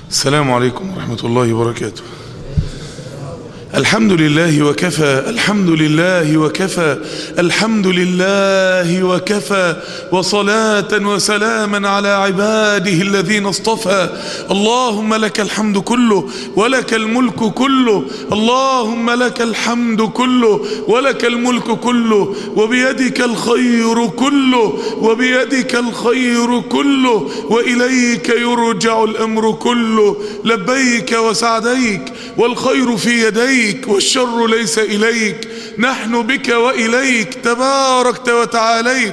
السلام عليكم ورحمة الله وبركاته. الحمد لله وكفى، الحمد لله وكفى، الحمد لله وكفى، وصلاة وسلاما على عباده الذين اصطفى. اللهم لك الحمد كله ولك الملك كله، اللهم لك الحمد كله ولك الملك كله، وبيدك الخير كله، وبيدك الخير كله، وإليك يرجع الأمر كله. لبيك وسعديك، والخير في يديك والشر ليس إليك، نحن بك وإليك تباركت وتعاليت،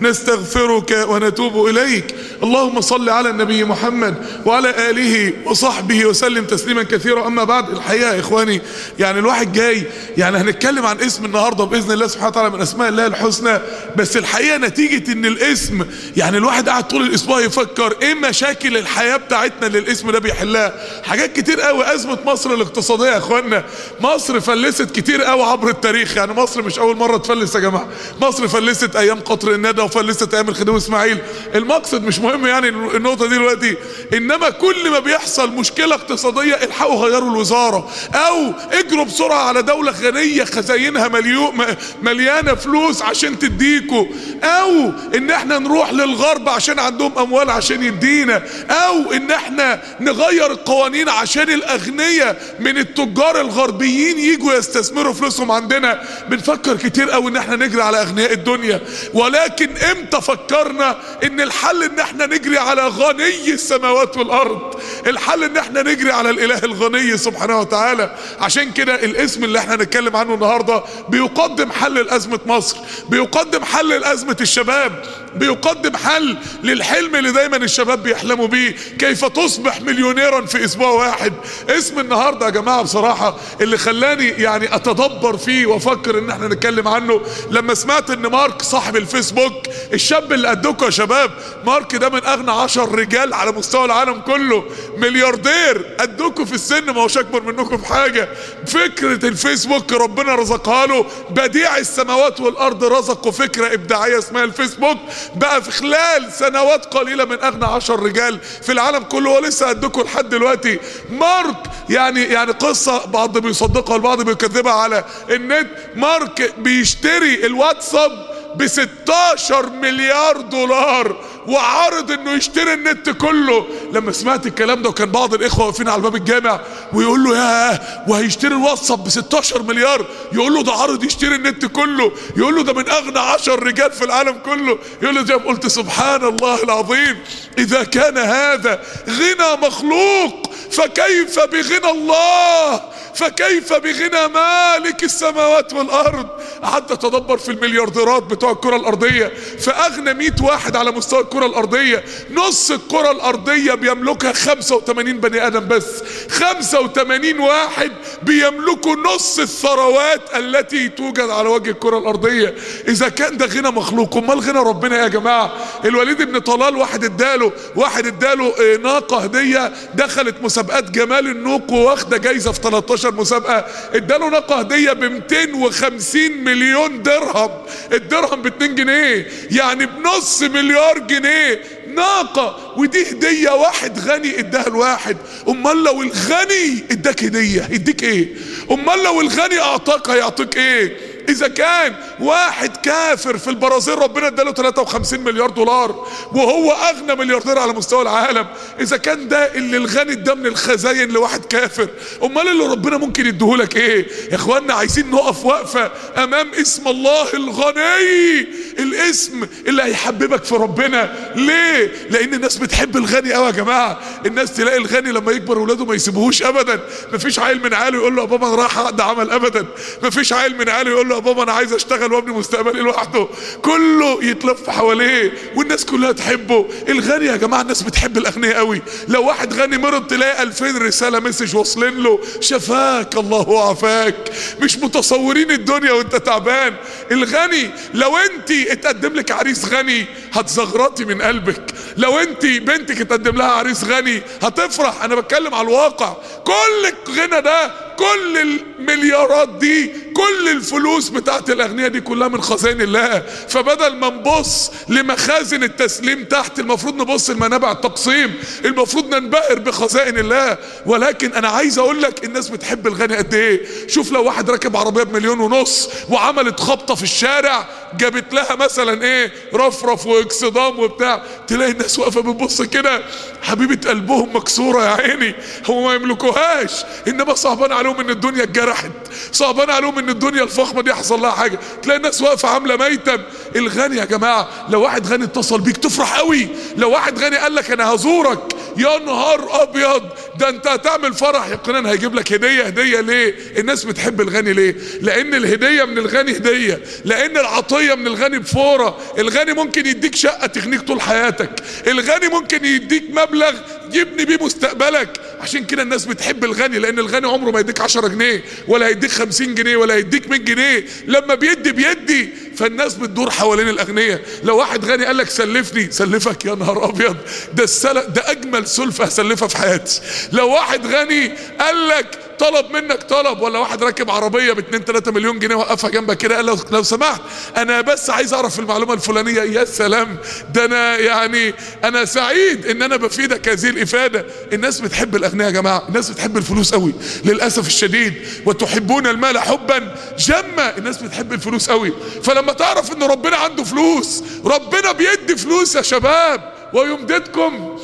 نستغفرك ونتوب إليك. اللهم صل على النبي محمد وعلى آله وصحبه وسلم تسليما كثيرا. أما بعد، الحقيقة يا إخواني يعني الواحد جاي هنتكلم عن اسم النهاردة بإذن الله سبحانه وتعالى من أسماء الله الحسنى، بس الحقيقة نتيجة إن الاسم الواحد قاعد طول الأسبوع يفكر إيه مشاكل الحياة بتاعتنا اللي الاسم ده بيحلها. حاجات كتير قوي. أزمة مصر الاقتصادية يا إخواننا، مصر فلست كتير قوي عبر التاريخ، يعني مصر مش أول مرة تفلس يا جماعة. مصر فلست أيام قطر الندى وفلست أيام الخديوي إسماعيل. المقصد مش مهم يعني النقطة دي دلوقتي، إنما كل ما بيحصل مشكلة اقتصادية الحقوا غيروا الوزارة، أو اجروا بسرعة على دولة غنية خزاينها مليانة فلوس عشان تديكوا، أو إن احنا نروح للغرب عشان عندهم أموال عشان يدينا، أو إن احنا نغير القوانين عشان الأغنياء من التجار الغربيين يجوا يستثمروا فلوسهم عندنا. بنفكر كتير قوي إن احنا نجري على أغنياء الدنيا، ولكن امتى فكرنا إن الحل إن احنا نجري على غني السماوات والأرض؟ الحل إن احنا نجري على الإله الغني سبحانه وتعالى. عشان كده الاسم اللي احنا نتكلم عنه النهاردة بيقدم حل لأزمة مصر، بيقدم حل لأزمة الشباب، بيقدم حل للحلم اللي دايما الشباب بيحلموا بيه، كيف تصبح مليونيرا في اسبوع واحد. اسم النهاردة يا جماعة بصراحة اللي خلاني اتدبر فيه وافكر ان احنا نتكلم عنه لما سمعت ان مارك صاحب الفيسبوك، الشاب اللي قدكوا يا شباب، مارك ده من اغنى 10 رجال على مستوى العالم كله، ملياردير قدكوا في السن، ما هوش اكبر منكم في حاجة. فكرة الفيسبوك ربنا رزقها له، بديع السماوات والارض رزقه فكرة ابداعية اسمها الفيسبوك، بقى في خلال سنوات قليلة من اغنى 10 رجال في العالم كله، ولسه قدكوا لحد دلوقتي. مارك يعني قصة بعض بيصدقها والبعض بيكذبها على النت. مارك بيشتري الواتساب ب16 مليار دولار وعارض انه يشتري النت كله. لما سمعت الكلام ده وكان بعض الاخوة واقفين على باب الجامع ويقول له ياه وهيشتري الواتساب ب16 مليار، يقول له ده عارض يشتري النت كله، يقول له ده من اغنى 10 رجال في العالم كله، يقول له زي ما قلت سبحان الله العظيم، اذا كان هذا غنى مخلوق فكيف بغنى الله، فكيف بغنى مالك السماوات والارض. قعدت اتدبر في المليارديرات بتوع الكرة الارضية، فاغنى 100 واحد على مستوى الكرة الارضية، نص الكرة الارضية بيملكها 85 بني ادم بس، 85 واحد بيملكوا نص الثروات التي توجد على وجه الكرة الارضية. اذا كان ده غنى مخلوق، امال غنى ربنا يا جماعة؟ الوليد بن طلال واحد اداله ناقة هدية، دخلت مسابقات جمال النوق واخده جايزة في 13 مسابقة، اداله ناقة هدية ب 250 مليون درهم، الدرهم ب2 جنيه، يعني بنص مليار جنيه ناقة، ودي هدية واحد غني اداها الواحد. امال لو الغني اداك هدية يديك ايه؟ امال لو الغني اعطاك هيعطيك ايه؟ اذا كان واحد كافر في البرازيل ربنا اداله 53 مليار دولار وهو اغنى ملياردير على مستوى العالم، اذا كان ده اللي الغني اداه من الخزاين لواحد كافر، امال اللي ربنا ممكن يديهولك ايه؟ يا اخوانا عايزين نقف وقفة امام اسم الله الغني، الاسم اللي هيحببك في ربنا. ليه؟ لان الناس بتحب الغني قوي يا جماعة. الناس تلاقي الغني لما يكبر ولاده ما يسيبوهوش ابدا، مفيش عيل من عياله يقول له يا بابا انا رايح اقضي عمل ابدا، مفيش عيل من عياله يقول له يا بابا انا عايز اشتغل وابني مستقبلي لوحده، كله يتلف حواليه والناس كلها تحبه. الغني يا جماعه الناس بتحب الاغنياء قوي. لو واحد غني مرض تلاقي 2000 رساله مسج واصلين له شفاك الله وعافاك، مش متصورين الدنيا وانت تعبان. الغني لو انت اتقدم لك عريس غني هتزغرطي من قلبك، لو انت بنتك اتقدم لها عريس غني هتفرح. انا بتكلم على الواقع، كل الغنى ده، كل المليارات دي، كل الفلوس بتاعت الاغنياء دي كلها من خزائن الله. فبدل ما نبص لمخازن التسليم تحت، المفروض نبص لمنابع التقسيم، المفروض ننبهر بخزائن الله. ولكن انا عايز اقول لك الناس بتحب الغني قد ايه. شوف لو واحد راكب عربيه ب1.5 مليون وعملت خبطه في الشارع جابت لها مثلا ايه رفرف واكسدام وبتاع، تلاقي الناس واقفه بتبص كده، حبيبه قلبهم مكسوره يا عيني، هم ما يملكوهاش، انما صعبان عليهم ان الدنيا اتجرحت، صعبان عليهم ان الدنيا الفخمه دي حصل لها حاجه. تلاقي الناس واقفه عامله ميتم. الغني يا جماعه لو واحد غني اتصل بيك تفرح قوي. لو واحد غني قال لك انا هزورك، يا نهار ابيض، ده انت هتعمل فرح يقينا. هيجيب لك هديه ليه؟ الناس بتحب الغني ليه؟ لان الهديه من الغني هديه، لان العطيه من الغني بفوره. الغني ممكن يديك شقه تغنيك طول حياتك، الغني ممكن يديك مبلغ يبني بيه مستقبلك. عشان كده الناس بتحب الغني، لان الغني عمره ما يديك 10 جنيه ولا هيديك 50 جنيه ولا هيديك 100 جنيه، لما بيدي. فالناس بتدور حوالين الاغنياء. لو واحد غني قال لك سلفني، سلفك يا نهار ابيض، ده اجمل سلفه هسلفها في حياتي. لو واحد غني قال لك طلب منك طلب، ولا واحد راكب عربيه ب2-3 مليون جنيه وقفها جنبك كده قال لو سمحت انا بس عايز اعرف المعلومه الفلانيه، يا سلام، ده انا يعني انا سعيد ان انا بفيدك هذه الافاده. الناس بتحب الاغنياء يا جماعه، الناس بتحب الفلوس قوي للاسف الشديد. وتحبون المال حبا جما، الناس بتحب الفلوس قوي. فلما تعرف ان ربنا عنده فلوس، ربنا بيدي فلوس يا شباب، ويمددكم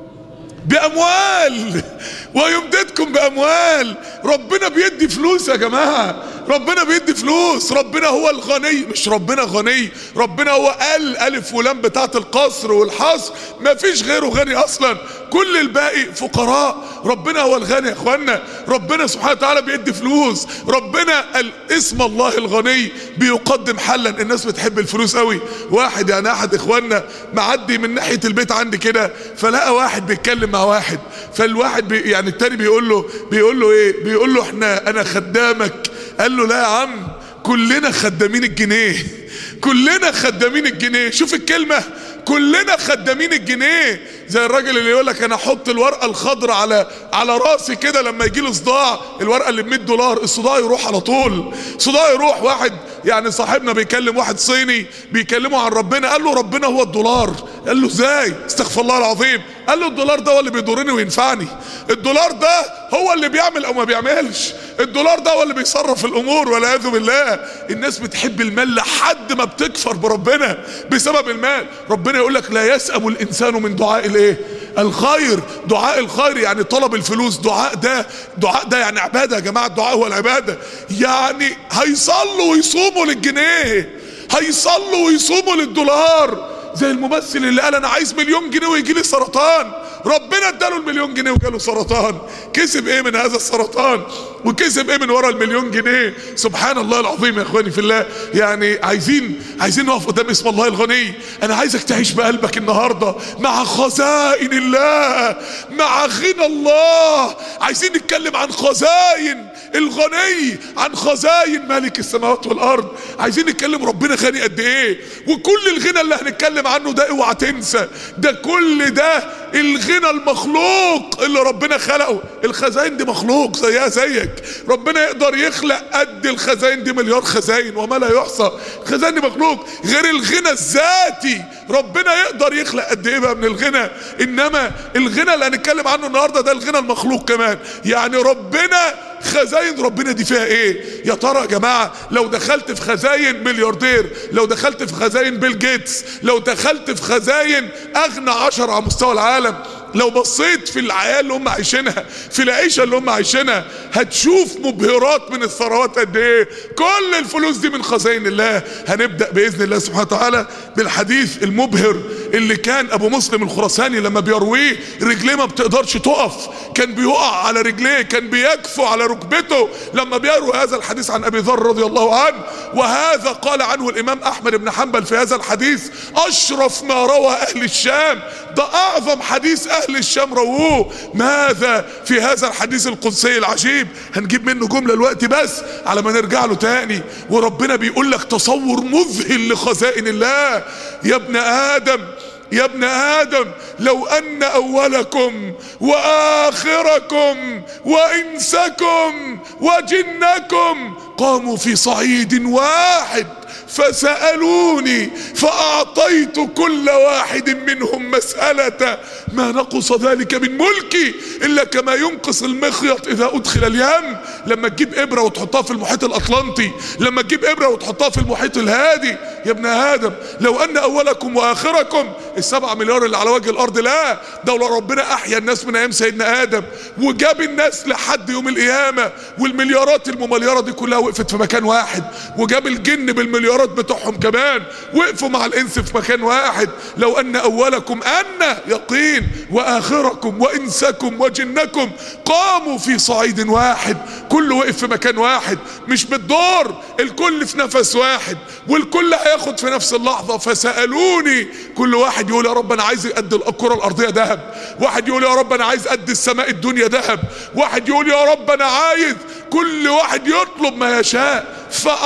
بأموال، ويمددكم بأموال. ربنا بيدي فلوس يا جماعة، ربنا بيدي فلوس. ربنا هو الغني، مش ربنا غني، ربنا هو الألف ولام بتاعت القصر والحصر، ما فيش غيره غني أصلا، كل الباقي فقراء. ربنا هو الغني يا اخوانا. ربنا سبحانه وتعالى بيدي فلوس. ربنا اسم الله الغني بيقدم حلا. الناس بتحب الفلوس قوي. واحد يعني احد اخواننا معدي من ناحية البيت عندي كده، فلقى واحد بيتكلم مع واحد، فالواحد يعني التاني بيقول له ايه؟ بيقول له انا خدامك. قال له لا يا عم، كلنا خدامين الجنيه، كلنا خدامين الجنيه. شوف الكلمة، كلنا خدامين الجنيه. زي الراجل اللي يقول لك انا احط الورقه الخضراء على راسي كده لما يجي لي صداع، الورقه اللي ب$100 الصداع يروح على طول، صداع يروح. واحد يعني صاحبنا بيكلم واحد صيني بيكلمه عن ربنا، قال له ربنا هو الدولار. قال له ازاي؟ استغفر الله العظيم. قال له الدولار ده هو اللي بيضرني وينفعني، الدولار ده هو اللي بيعمل او ما بيعملش، الدولار ده هو اللي بيصرف الامور والعياذ بالله. الناس بتحب المال لحد ما بتكفر بربنا بسبب المال. ربنا يقول لك لا يسأم الانسان من دعاء الايه؟ الخير. دعاء الخير يعني طلب الفلوس. دعاء ده يعني عباده يا جماعه. الدعاء هو العباده. يعني هيصلوا ويصوموا للجنيه، هيصلوا ويصوموا للدولار. زي الممثل اللي قال انا عايز 1,000,000 جنيه ويجي لي سرطان، ربنا اداله 1,000,000 جنيه وجاله سرطان. كسب ايه من هذا السرطان؟ وكسب ايه من ورا 1,000,000 جنيه؟ سبحان الله العظيم يا اخواني في الله. يعني عايزين نقف قدام اسم الله الغني. انا عايزك تعيش بقلبك النهارده مع خزائن الله، مع غنى الله. عايزين نتكلم عن خزائن الغني، عن خزائن مالك السماوات والارض. عايزين نتكلم ربنا غني قد ايه. وكل الغنى اللي هنتكلم عنه ده اوعى تنسى، ده كل ده الغنى المخلوق اللي ربنا خلقه. الخزائن دي مخلوق زيها زيك، ربنا يقدر يخلق قد الخزائن دي مليار خزائن وما لا يحصى. الخزائن دي مخلوق، غير الغنى الذاتي ربنا يقدر يخلق قد ايه بقى من الغنى. انما الغنى اللي هنتكلم عنه النهارده ده الغنى المخلوق كمان. يعني ربنا خزائن ربنا دي فيها ايه يا ترى يا جماعه؟ لو دخلت في خزائن ملياردير، لو دخلت في خزائن بيل جيتس، لو دخلت في خزائن اغنى 10 على مستوى العالم، لو بصيت في الحياه اللي هم عايشينها، في العيشه اللي هم عايشينها، هتشوف مبهرات من الثروات قد ايه. كل الفلوس دي من خزائن الله. هنبدا باذن الله سبحانه وتعالى بالحديث المبهر اللي كان ابو مسلم الخراساني لما بيرويه رجليه ما بتقدرش تقف، كان بيقع على رجليه، كان بيكفو على ركبته لما بيروي هذا الحديث عن ابي ذر رضي الله عنه. وهذا قال عنه الامام احمد بن حنبل في هذا الحديث اشرف ما روى اهل الشام، ده اعظم حديث اهل الشام رووه. ماذا في هذا الحديث القدسي العجيب؟ هنجيب منه جملة الوقت بس على ما نرجع له تاني. وربنا بيقول لك تصور مذهل لخزائن الله. يا ابن ادم يا ابن آدم لو أن أولكم وآخركم وإنسكم وجنكم قاموا في صعيد واحد فسألوني فأعطيت كل واحد منهم مسألة ما نقص ذلك من ملكي إلا كما ينقص المخيط إذا أدخل اليم. لما تجيب إبرة وتحطها في المحيط الأطلنطي، لما تجيب إبرة وتحطها في المحيط الهادي، يا ابن آدم لو أن أولكم وآخركم، ال7 مليار اللي على وجه الأرض، لا ده لو ربنا أحيا الناس من أيام سيدنا آدم وجاب الناس لحد يوم القيامة والمليارات الممليارة دي كلها وقفت في مكان واحد، وجاب الجن بالمليارات بتوعهم كمان وقفوا مع الإنس في مكان واحد، لو أن أولكم أن يقين وآخركم وإنسكم وجنكم قاموا في صعيد واحد، كل وقف في مكان واحد مش بالدور، الكل في نفس واحد والكل هياخد في نفس اللحظة. فسألوني، كل واحد يقول يا رب أنا عايز قد الكرة الأرضية ذهب، واحد يقول يا رب أنا عايز قد السماء الدنيا ذهب، واحد يقول يا رب أنا عايز، كل واحد يطلب ما يشاء.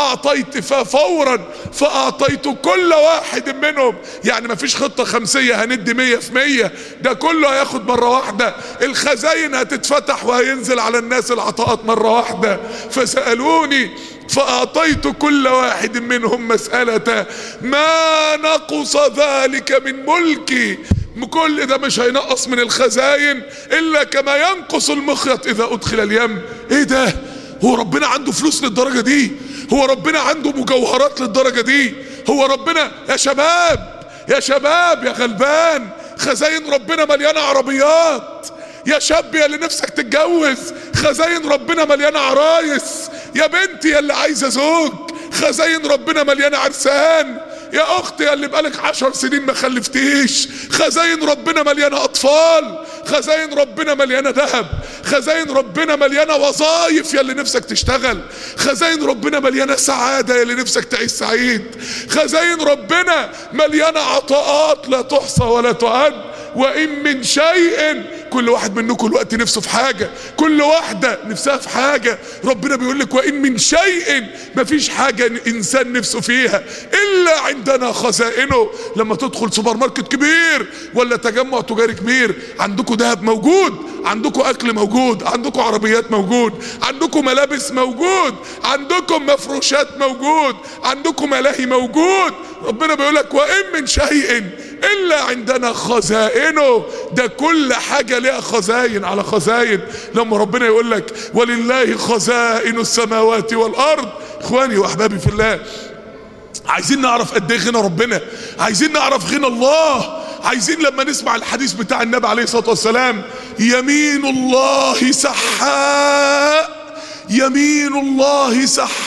ففورا فأعطيت كل واحد منهم، يعني ما فيش خطة خمسية هندي 100%، ده كله هياخد مرة واحدة، الخزاين هتتفتح وهينزل على الناس العطاءات مرة واحدة. فسألوني فأعطيت كل واحد منهم مسألة ما نقص ذلك من ملكي، كل ده مش هينقص من الخزاين إلا كما ينقص المخيط إذا أدخل اليم. إيه ده؟ هو ربنا عنده فلوس للدرجة دي؟ هو ربنا عنده مجوهرات للدرجة دي؟ هو ربنا يا شباب يا شباب يا غلبان، خزاين ربنا مليانة عربيات، يا شاب يا اللي نفسك تتجوز خزاين ربنا مليانة عرايس، يا بنتي يا اللي عايزة زوج خزاين ربنا مليانة عرسان، يا اختي يا اللي بقالك 10 سنين ما خلفتيش خزاين ربنا مليانة اطفال، خزاين ربنا مليانة ذهب، خزاين ربنا مليانة وظايف يا اللي نفسك تشتغل، خزاين ربنا مليانة سعادة يا اللي نفسك تعيش سعيد، خزاين ربنا مليانة عطاءات لا تحصى ولا تعد. وإن من شيء، كل واحد منكم الوقت نفسه في حاجة، كل واحدة نفسها في حاجة، ربنا بيقول لك وإن من شيء، مفيش حاجة إنسان نفسه فيها إلا عندنا خزائنه. لما تدخل سوبر ماركت كبير ولا تجمع تجاري كبير، عندكم ذهب موجود، عندكم أكل موجود، عندكم عربيات موجود، عندكم ملابس موجود، عندكم مفروشات موجود، عندكم ملاهي موجود. ربنا بيقول لك وإن من شيء إلا عندنا خزائنه، ده كل حاجة ليها خزاين على خزاين. لما ربنا يقول لك ولله خزائن السماوات والأرض، إخواني وأحبابي في الله، عايزين نعرف قد ايه غنى ربنا، عايزين نعرف غنى الله، عايزين لما نسمع الحديث بتاع النبي عليه الصلاة والسلام يمين الله سحاء، يمين الله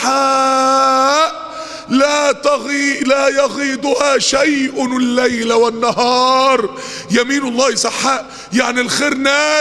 سحاء لا يغيضها شيء الليل والنهار. يمين الله سحاء يعني الخير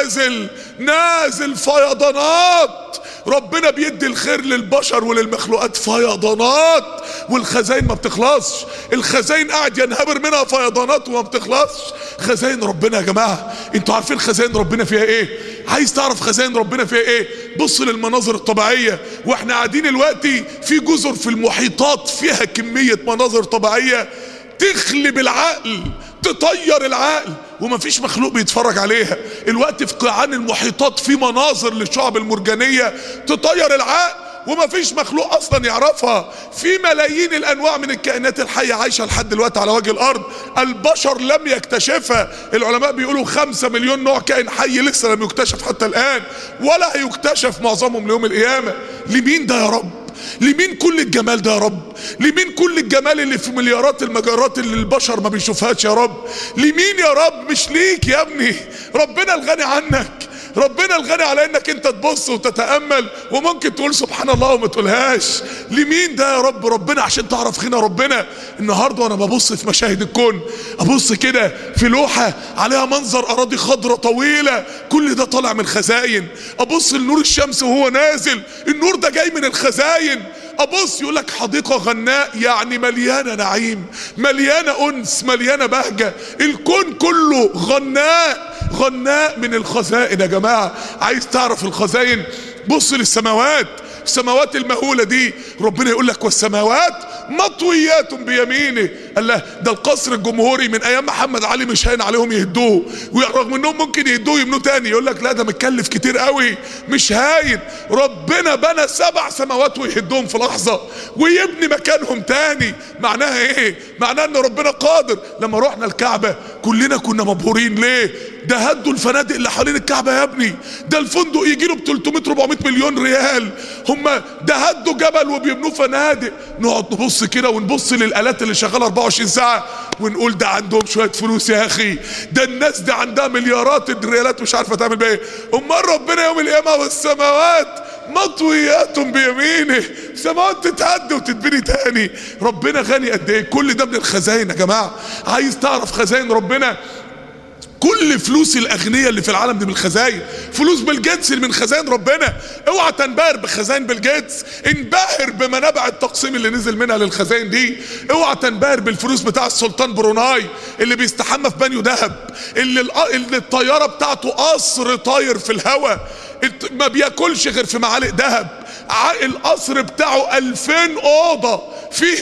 نازل فيضانات، ربنا بيدي الخير للبشر وللمخلوقات فيضانات، والخزاين ما بتخلصش، الخزاين قاعد ينهمر منها فيضانات وما بتخلصش. خزاين ربنا يا جماعة، انتوا عارفين خزاين ربنا فيها ايه؟ عايز تعرف خزاين ربنا فيها ايه؟ بص للمناظر الطبيعية، واحنا قاعدين دلوقتي في جزر في المحيطات فيها كمية مناظر طبيعية تخلب العقل، تطير العقل، ومفيش مخلوق بيتفرج عليها. الوقت في قيعان المحيطات في مناظر للشعب المرجانية تطير العقل ومفيش مخلوق اصلا يعرفها. في ملايين الانواع من الكائنات الحية عايشة لحد دلوقتي على وجه الارض، البشر لم يكتشفها. العلماء بيقولوا 5 مليون نوع كائن حي لسه لم يكتشف حتى الان، ولا هيكتشف معظمهم ليوم القيامة. لمين ده يا رب؟ لمين كل الجمال ده يا رب؟ لمين كل الجمال اللي في مليارات المجرات اللي البشر ما بيشوفهاش يا رب؟ لمين يا رب؟ مش ليك يا ابني، ربنا الغني عنك، ربنا الغني على انك انت تبص وتتأمل وممكن تقول سبحان الله وما تقولهاش. لمين ده يا رب؟ ربنا عشان تعرف غنى ربنا. النهاردة وانا ببص في مشاهد الكون، ابص كده في لوحة عليها منظر اراضي خضرة طويلة، كل ده طالع من خزاين. ابص لنور الشمس وهو نازل، النور ده جاي من الخزاين. ابص يقول لك حديقة غناء، يعني مليانة نعيم، مليانة انس، مليانة بهجة، الكون كله غناء من الخزائن يا جماعة. عايز تعرف الخزائن؟ بص للسماوات، السماوات المهولة دي، ربنا يقول لك والسماوات مطويات بيمينه. قال له ده القصر الجمهوري من ايام محمد علي مش هين عليهم يهدوه، ورغم انهم ممكن يهدوه يبنوه تاني، يقول لك لا ده متكلف كتير قوي مش هاين. ربنا بنى 7 سماوات ويهدهم في لحظة ويبني مكانهم تاني. معناها ايه؟ معناها ان ربنا قادر. لما رحنا الكعبة كلنا كنا مبهورين. ليه؟ ده هدوا الفنادق اللي حوالين الكعبة يا ابني، ده الفندق يجي له ب 300 400 مليون ريال. هم ده هدوا جبل وبيبنوا فنادق. نقعد نبص كده ونبص للآلات اللي شغالة 24 ساعة ونقول ده عندهم شوية فلوس يا اخي، ده الناس دي عندها مليارات الريالات مش عارفة تعمل بيه. امال ربنا يوم القيامة والسماوات مطويات بيمينه، سماوات تتهد وتتبني تاني. ربنا غني قد ايه. كل ده من الخزائن يا جماعة. عايز تعرف خزائن ربنا؟ كل فلوس الاغنياء اللي في العالم دي من الخزائن. فلوس بيل جيتس اللي من خزائن ربنا. اوعى تنبهر بخزائن بيل جيتس، انبهر بمنابع التقسيم اللي نزل منها للخزائن دي. اوعى تنبهر بالفلوس بتاع السلطان بروناي اللي بيستحمى في بانيو ذهب، اللي الطياره بتاعته قصر طاير في الهواء، ما بياكلش غير في معالق ذهب. القصر بتاعه 2000 اوضه، فيه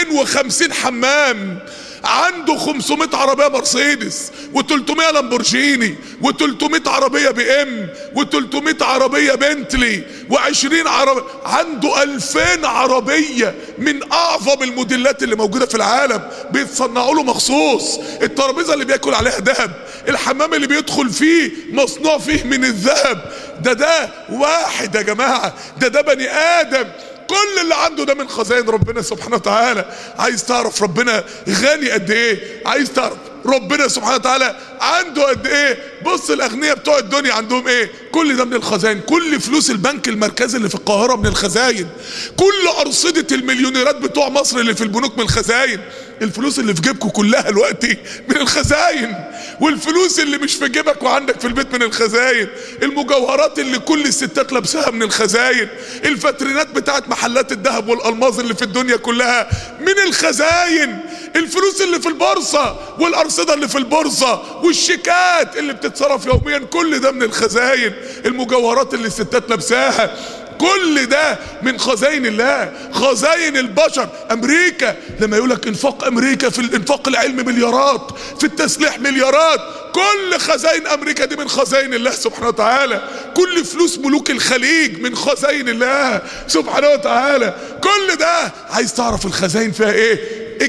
250 حمام، عنده 500 عربية مرسيدس و300 لامبورجيني و300 عربية بي ام و300 عربية بنتلي و20 عربية. عنده 2000 عربية من اعظم الموديلات اللي موجودة في العالم بيتصنعوا له مخصوص. الترابيزة اللي بياكل عليها ذهب، الحمام اللي بيدخل فيه مصنوع فيه من الذهب. ده واحد يا جماعة، ده بني آدم. كل اللي عنده ده من خزائن ربنا سبحانه وتعالى. عايز تعرف ربنا غني قد ايه؟ عايز تعرف ربنا سبحانه وتعالى عنده قد ايه؟ بص الاغنياء بتوع الدنيا عندهم ايه؟ كل ده من الخزائن. كل فلوس البنك المركزي اللي في القاهرة من الخزائن. كل ارصدة المليونيرات بتوع مصر اللي في البنوك من الخزائن. الفلوس اللي في جيبكم كلها دلوقتي من الخزائن، والفلوس اللي مش في جيبك وعندك في البيت من الخزائن. المجوهرات اللي كل الستات لابساها من الخزائن. الفاترينات بتاعت محلات الذهب والالماظ اللي في الدنيا كلها من الخزائن. الفلوس اللي في البورصة والارصدة اللي في البورصة والشيكات اللي بتتصرف يوميا كل ده من الخزائن. المجوهرات اللي الستات لابساها كل ده من خزائن الله. خزائن البشر. امريكا لما يقولك انفاق امريكا في الانفاق العلمي مليارات، في التسليح مليارات، كل خزائن امريكا دي من خزائن الله سبحانه وتعالى. كل فلوس ملوك الخليج من خزائن الله سبحانه وتعالى. كل ده عايز تعرف الخزائن فيها ايه؟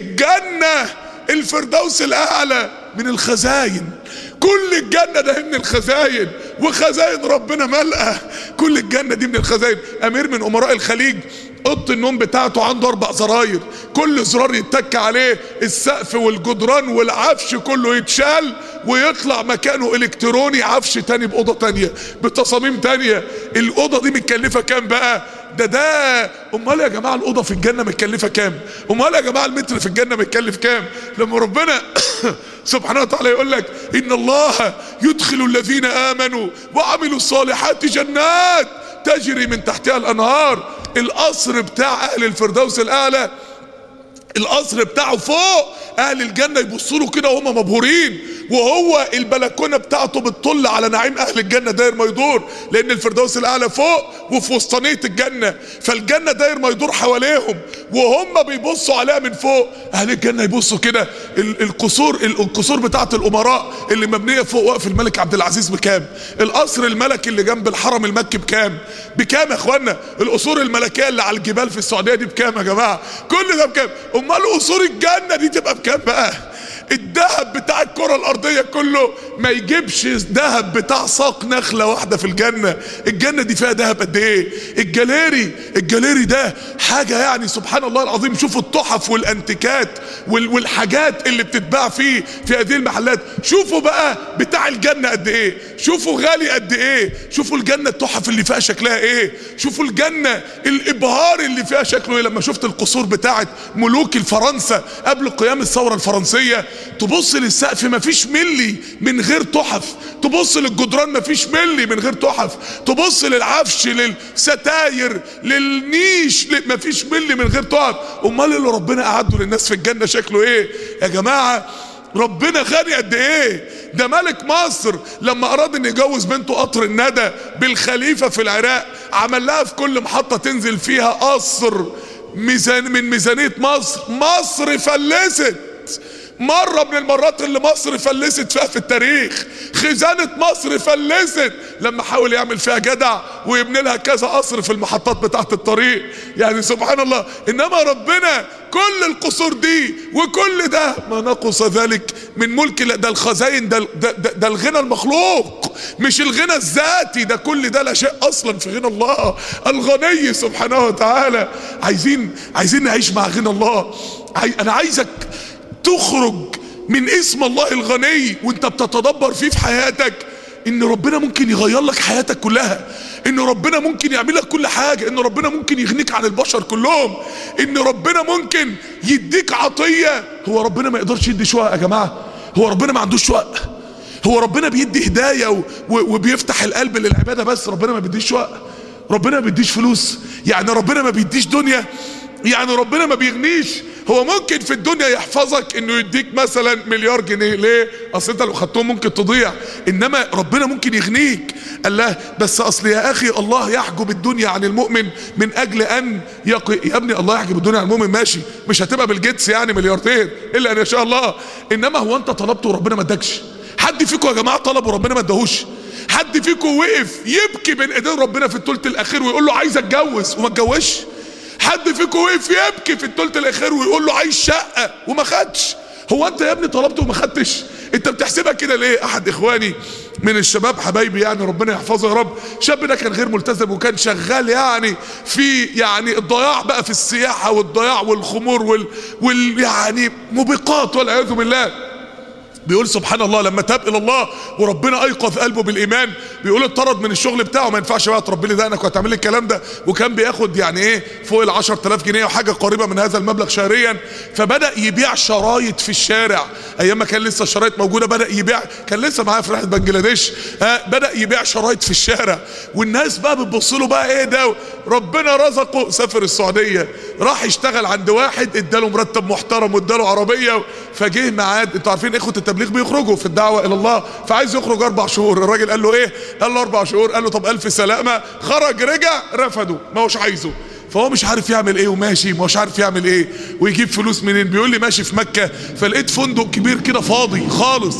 الجنة الفردوس الاعلى من الخزائن. كل الجنة ده من الخزائن، وخزائن ربنا ملأة. كل الجنة دي من الخزائن. امير من امراء الخليج اوضه النوم بتاعته عنده 4 زراير، كل زرار يتك عليه السقف والجدران والعفش كله يتشال ويطلع مكانه الكتروني عفش تاني باوضه تانيه بتصاميم تانيه. الاوضه دي متكلفه كام بقى؟ ده امال يا جماعه الاوضه في الجنه متكلفه كام؟ امال يا جماعه المتر في الجنه متكلف كام؟ لما ربنا سبحانه وتعالى يقول لك ان الله يدخل الذين امنوا وعملوا الصالحات جنات تجري من تحتها الانهار. القصر بتاع اهل الفردوس الاعلى، القصر بتاعه فوق، اهل الجنة يبصوا له كده وهم مبهورين، وهو البلكونة بتاعته بتطل على نعيم اهل الجنة داير ما يدور، لان الفردوس الاعلى فوق وفي وسطانية الجنة، فالجنة داير ما يدور حواليهم وهم بيبصوا عليها من فوق. اهل الجنة يبصوا كده. القصور بتاعت الامراء اللي مبنية فوق وقف الملك عبد العزيز بكام؟ القصر الملكي اللي جنب الحرم المكي بكام يا اخوانا؟ القصور الملكية اللي على الجبال في السعودية دي بكام يا جماعة؟ كل ده بكام؟ امال قصور الجنة دي تبقى بكام بقى؟ الذهب بتاع الكرة الارضية كله ما يجيبش ذهب بتاع ساق نخلة واحدة في الجنة. الجنة دي فيها ذهب قد ايه؟ الجاليري ده حاجة يعني سبحان الله العظيم. شوفوا التحف والانتيكات والحاجات اللي بتتباع في هذه المحلات. شوفوا بقى بتاع الجنة قد ايه، شوفوا غالي قد ايه، شوفوا الجنة التحف اللي فيها شكلها ايه، شوفوا الجنة الابهار اللي فيها شكله ايه. لما شفت القصور بتاعت ملوك الفرنسا قبل قيام الثورة الفرنسية، تبص للسقف مفيش ملي من غير تحف، تبص للجدران مفيش ملي من غير تحف، تبص للعفش للستاير للنيش مفيش ملي من غير تحف. امال اللي ربنا قعده للناس في الجنة شكله ايه يا جماعة؟ ربنا غني قد ايه؟ ده ملك مصر لما اراد ان يجوز بنته قطر الندى بالخليفة في العراق، عمل لها في كل محطة تنزل فيها قصر من ميزانية مصر فلست مرة من المرات اللي مصر فلست فيها في التاريخ. خزانة مصر فلست لما حاول يعمل فيها جدع ويبني لها كذا قصر في المحطات بتاعت الطريق. يعني سبحان الله. انما ربنا كل القصور دي وكل ده ما نقص ذلك من ملك. ده الخزائن، ده الغنى المخلوق مش الغنى الذاتي. ده كل ده لا شيء اصلا في غنى الله الغني سبحانه وتعالى. عايزين نعيش مع غنى الله. انا عايزك تخرج من اسم الله الغني وانت بتتدبر فيه في حياتك، ان ربنا ممكن يغير لك حياتك كلها، ان ربنا ممكن يعمل لك كل حاجة، ان ربنا ممكن يغنيك عن البشر كلهم، ان ربنا ممكن يديك عطية. هو ربنا ما يقدرش يدي شقق يا جماعة؟ هو ربنا ما عندوش شقق؟ هو ربنا بيدي هداية وبيفتح القلب للعبادة بس؟ ربنا ما بيديش شقق؟ ربنا ما بيديش فلوس؟ يعني ربنا ما بيديش دنيا؟ يعني ربنا ما بيغنيش؟ هو ممكن في الدنيا يحفظك انه يديك مثلا مليار جنيه. ليه؟ اصل انت لو خدتهم ممكن تضيع. انما ربنا ممكن يغنيك. قال له بس اصل يا اخي الله يحجب الدنيا عن المؤمن من اجل ان يا ابني الله يحجب الدنيا عن المؤمن ماشي، مش هتبقى بالجيتس يعني ملياردير الا ان يشاء الله. انما هو انت طلبته وربنا ما ادكش؟ حد فيكم يا جماعه طلب وربنا ما اداهوش؟ حد فيكم وقف يبكي بين ايدين ربنا في الثلث الاخير ويقول له عايز اتجوز وما اتجوزش؟ حد فيكم وقف يبكي في الثلث الاخير ويقول له عايز شقه وما خدش؟ هو انت يا ابني طلبته وما خدتش؟ انت بتحسبها كده ليه؟ احد اخواني من الشباب حبايبي يعني ربنا يحفظه يا رب، شاب ده كان غير ملتزم وكان شغال يعني في يعني الضياع بقى في السياحه والضياع والخمور يعني موبقات والعياذ بالله. بيقول سبحان الله لما تاب الى الله وربنا ايقظ قلبه بالايمان، بيقول اتطرد من الشغل بتاعه، ما ينفعش بقى تربي لي دقنك وهتعمل لي الكلام ده، وكان بياخد يعني ايه فوق ال 10000 جنيه وحاجه قريبه من هذا المبلغ شهريا. فبدا يبيع شرايط في الشارع ايام ما كان لسه الشرايط موجوده. بدا يبيع، كان لسه معاه في رحله بنجلاديش، بدا يبيع شرايط في الشارع والناس بقى بتبص له بقى ايه ده. ربنا رزقه سافر السعوديه، راح يشتغل عند واحد اداله مرتب محترم واداله عربيه. فجه ميعاد، انتوا عارفين اخوه التبليغ بيخرجوا في الدعوه الى الله، فعايز يخرج 4 شهور. الراجل قال له ايه؟ قال له 4 شهور. قال له طب الف سلامه. خرج رجع رفضه، ما هوش عايزه. فهو مش عارف يعمل ايه وماشي ما هوش عارف يعمل ايه ويجيب فلوس منين. بيقول لي ماشي في مكه فلقيت فندق كبير كده فاضي خالص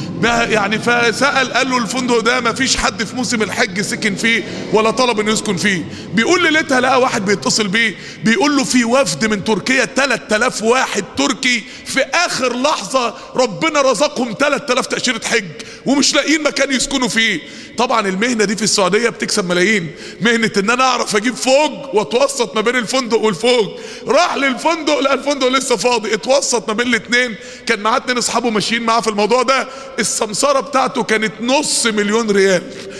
يعني، فسأل قال له الفندق ده ما فيش حد في موسم الحج سكن فيه ولا طلب انه يسكن فيه. بيقول لي لقيتها لقى واحد بيتصل بيه بيقول له في وفد من تركيا 3000 واحد تركي في اخر لحظة ربنا رزقهم 3000 تأشيرة حج ومش لاقيين مكان يسكنوا فيه. طبعا المهنة دي في السعودية بتكسب ملايين، مهنة ان انا اعرف اجيب فوج واتوسط ما بين الفندق والفوج. راح للفندق لقى الفندق لسه فاضي، اتوسط ما بين الاثنين. كان معاه 2 اصحابه ماشيين معاه في الموضوع ده. السمسارة بتاعته كانت $500,000 ريال،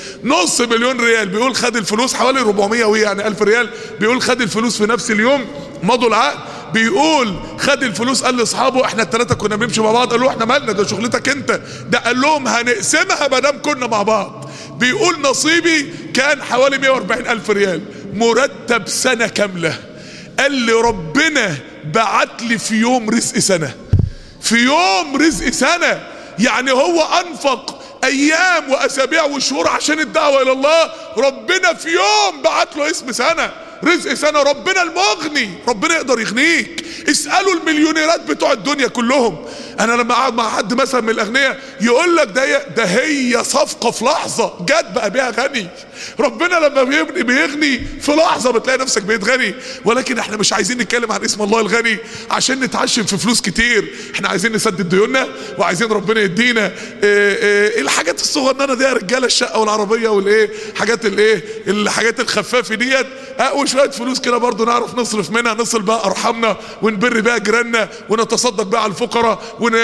$500,000. بيقول خد الفلوس حوالي 400 يعني 1000 ريال. بيقول خد الفلوس في نفس اليوم، مضوا العقد. بيقول خد الفلوس قال لاصحابه احنا الثلاثه كنا بنمشي مع بعض. قالوا احنا مالنا ده شغلتك انت. ده قال لهم هنقسمها ما دام كنا مع بعض. بيقول نصيبي كان حوالي 140,000 ريال مرتب سنه كامله. قال لي ربنا بعت لي في يوم رزق سنه، في يوم رزق سنه. يعني هو انفق ايام واسابيع وشهور عشان الدعوه الى الله، ربنا في يوم بعت له اسم سنه، رزق سنه. ربنا المغني، ربنا يقدر يغنيك. اسالوا المليونيرات بتوع الدنيا كلهم. انا لما اقعد مع حد مثلا من الاغنياء يقول لك ده هي صفقه في لحظه جت بقى بيها غني. ربنا لما بيغني في لحظه بتلاقي نفسك بقيت غني. ولكن احنا مش عايزين نتكلم عن اسم الله الغني عشان نتعشم في فلوس كتير. احنا عايزين نسدد ديوننا وعايزين ربنا يدينا الحاجات الصغننه دي يا رجاله، الشقه والعربيه والايه حاجات الايه الحاجات الخفافه ديت، وشويه فلوس كده برضو نعرف نصرف منها، نصل بقى ارحامنا ونبر بقى جيراننا ونتصدق بقى على الفقراء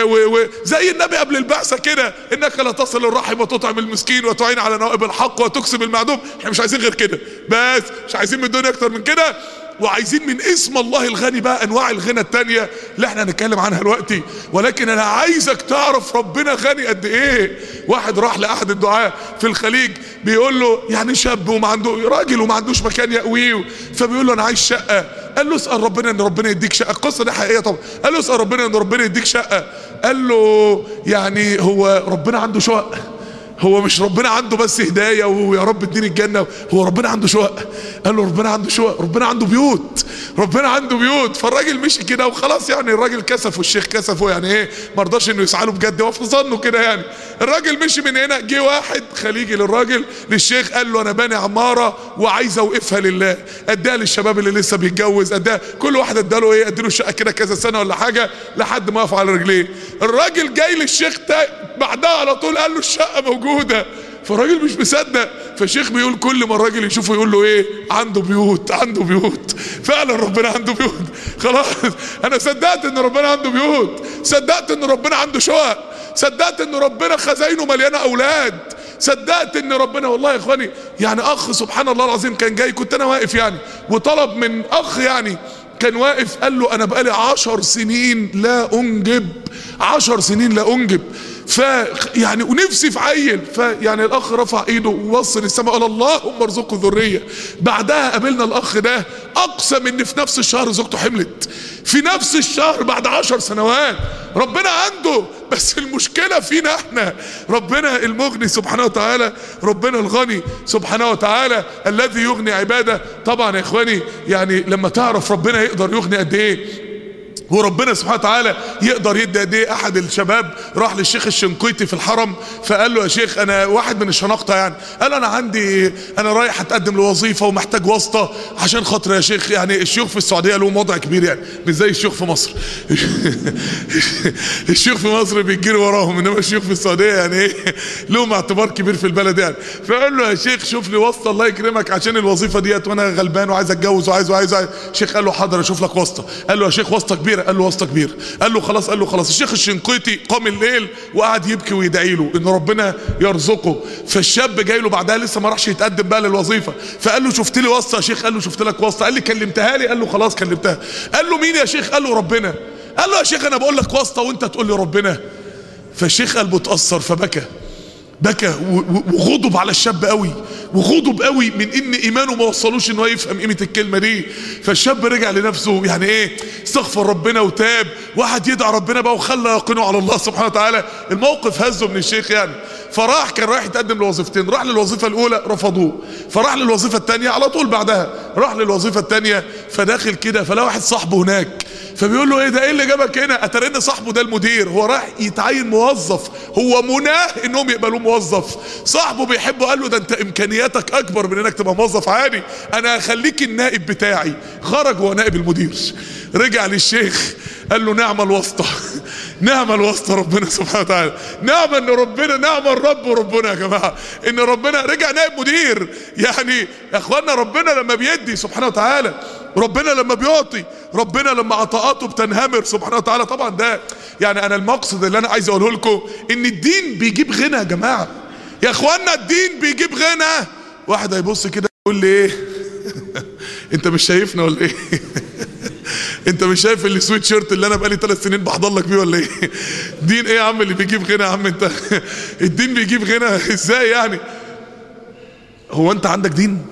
زي النبي قبل البعثه كده، انك لا تصل الرحم وتطعم المسكين وتعين على نوائب الحق وتكسب المعدوم. احنا مش عايزين غير كده بس، مش عايزين من الدنيا اكتر من كده. وعايزين من اسم الله الغني بقى انواع الغنى التانية اللي احنا هنتكلم عنها دلوقتي. ولكن انا عايزك تعرف ربنا غني قد ايه. واحد راح لاحد الدعاة في الخليج بيقول له يعني شاب وما عنده راجل وما عندوش مكان يأويه، فبيقول له انا عايز شقة. قال له اسأل ربنا ان ربنا يديك شقة. القصة دي حقيقية طبعا. قال له اسأل ربنا ان ربنا يديك شقة. قال له يعني هو ربنا عنده شقق؟ هو مش ربنا عنده بس هداية ويا رب اديني الجنة، هو ربنا عنده شقق. قال له ربنا عنده شقق، ربنا عنده بيوت، ربنا عنده بيوت. فالراجل مشي كده وخلاص، يعني الراجل كسفه، الشيخ كسفه، يعني ايه ما رضاش انه يسعاله بجد، هو في ظنه كده يعني. الراجل مشي من هنا، جه واحد خليجي للراجل للشيخ قال له انا باني عمارة وعايز اوقفها لله، اديها للشباب اللي لسه بيتجوز، اديها كل واحد اداله ايه، اديله الشقة كده كذا سنة ولا حاجة لحد ما يقف على رجليه. الراجل جاي للشيخ بعدها على طول قال له الشقة موجودة. فالراجل مش مصدق. فالشيخ بيقول كل ما الراجل يشوفه يقول له ايه، عنده بيوت، عنده بيوت. فعلا ربنا عنده بيوت. خلاص انا صدقت ان ربنا عنده بيوت، صدقت ان ربنا عنده شقق، صدقت ان ربنا خزاينه مليانه اولاد، صدقت ان ربنا. والله يا اخواني يعني اخ سبحان الله العظيم كان جاي، كنت انا واقف يعني، وطلب من اخ يعني كان واقف، قال له انا بقالي 10 سنين لا انجب، 10 سنين لا انجب، يعني ونفسي في عيل. فيعني الاخ رفع ايده ووصل للسماء قال اللهم ارزقه ذريه. بعدها قابلنا الاخ ده اقسم ان في نفس الشهر زوجته حملت، في نفس الشهر بعد 10 سنوات. ربنا عنده، بس المشكله فينا احنا. ربنا المغني سبحانه وتعالى، ربنا الغني سبحانه وتعالى الذي يغني عباده. طبعا يا اخواني يعني لما تعرف ربنا يقدر يغني قد ايه وربنا سبحانه وتعالى يقدر يدي قد ايه. احد الشباب راح للشيخ الشنقيطي في الحرم، فقال له يا شيخ انا واحد من الشناقطه يعني، قال انا رايح اتقدم لوظيفه ومحتاج واسطه عشان خاطر يا شيخ. يعني الشيوخ في السعوديه لهم وضع كبير يعني، مش زي الشيوخ في مصر. الشيوخ في مصر بيجري وراهم، انما الشيوخ في السعوديه يعني ايه لهم اعتبار كبير في البلد يعني. فقال له يا شيخ شوف لي واسطه الله يكرمك عشان الوظيفه ديت وانا غلبان وعايز اتجوز وعايز. الشيخ قال له حاضر اشوف لك واسطه. قال له يا شيخ واسطه كبيره؟ قال له واسطه كبيره. قال له خلاص. الشيخ الشنقيطي قام الليل وقعد يبكي ويدعي له ان ربنا يرزقه. فالشاب جاي له بعدها لسه ما راحش يتقدم بقى للوظيفه، فقال له شفت لي واسطه يا شيخ؟ قال له شفت لك واسطه. قال لي كلمتها لي؟ قال له خلاص كلمتها. قال له مين يا شيخ؟ قال له ربنا. قال له يا شيخ انا بقول لك واسطه وانت تقول لي ربنا. فالشيخ قلبه اتاثر فبكى وغضب على الشاب قوي، وغضب قوي من ان ايمانه ما وصلوش انه يفهم قيمه الكلمه دي. فالشاب رجع لنفسه يعني ايه، استغفر ربنا وتاب، وقعد يدعي ربنا بقى وخلى يقينه على الله سبحانه وتعالى. الموقف هزه من الشيخ يعني. فراح كان رايح يتقدم لوظيفتين، راح للوظيفه الاولى رفضوه، فراح للوظيفه الثانيه على طول بعدها راح للوظيفه الثانيه. فداخل كده فلا واحد صاحبه هناك، فبيقول له ايه اللي جابك هنا؟ اتاري ان صاحبه ده المدير، هو رايح يتعين موظف، هو مناه انهم يقبلوه موظف. صاحبه بيحبه، قال له ده انت امكانياتك اكبر من انك تبقى موظف عادي، انا هخليك النائب بتاعي. خرج وهو نائب المدير، رجع للشيخ قال له نعم الواسطه. نعم الواسطه ربنا سبحانه وتعالى، نعم ان ربنا، نعم الرب وربنا يا جماعه ان ربنا رجع نائب مدير. يعني يا اخوانا ربنا لما بيدي سبحانه وتعالى، ربنا لما بيعطي، ربنا لما عطاءاته بتنهمر سبحانه وتعالى. طبعا ده يعني انا المقصد اللي انا عايز اقوله لكم ان الدين بيجيب غنى يا جماعه، يا اخوانا الدين بيجيب غنى. واحد هيبص كده يقول لي ايه انت مش شايفنا ولا ايه؟ انت مش شايف السويت شيرت اللي انا بقالي 3 سنين بحضر لك بيه ولا ايه؟ دين ايه يا عم اللي بيجيب غنى يا عم انت؟ الدين بيجيب غنى ازاي يعني؟ هو انت عندك دين؟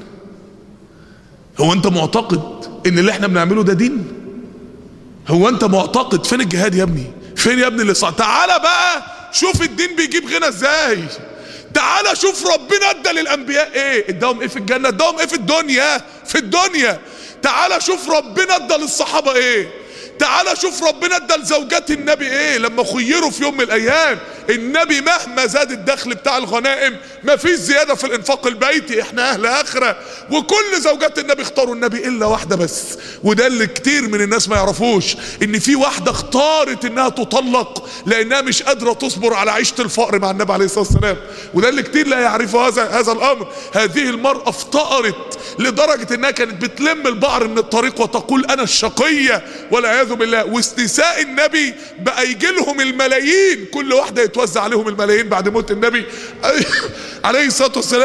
هو انت معتقد ان اللي احنا بنعمله ده دين؟ هو انت معتقد؟ فين الجهاد يا ابني؟ فين يا ابني اللي صار؟ تعالى بقى شوف الدين بيجيب غنى ازاي. تعالى شوف ربنا ادى للانبياء ايه، اداهم ايه في الجنه، اداهم ايه في الدنيا، في الدنيا. تعالى شوف ربنا ادى للصحابه ايه، تعالى شوف ربنا ادى لزوجات النبي ايه لما خيروا في يوم من الايام. النبي مهما زاد الدخل بتاع الغنائم ما فيش زياده في الانفاق البيتي، احنا اهل اخره. وكل زوجات النبي اختاروا النبي الا واحده بس، وده اللي كتير من الناس ما يعرفوش، ان في واحده اختارت انها تطلق لانها مش قادره تصبر على عيشه الفقر مع النبي عليه الصلاه والسلام. وده اللي كتير لا يعرفوا هذا الامر. هذه المراه افتقرت لدرجه انها كانت بتلم البعر من الطريق وتقول انا الشقيه والعياذ بالله. واستنساء النبي بقى يجي لهم الملايين، كل واحده يتوزع عليهم الملايين بعد موت النبي عليه الصلاه والسلام.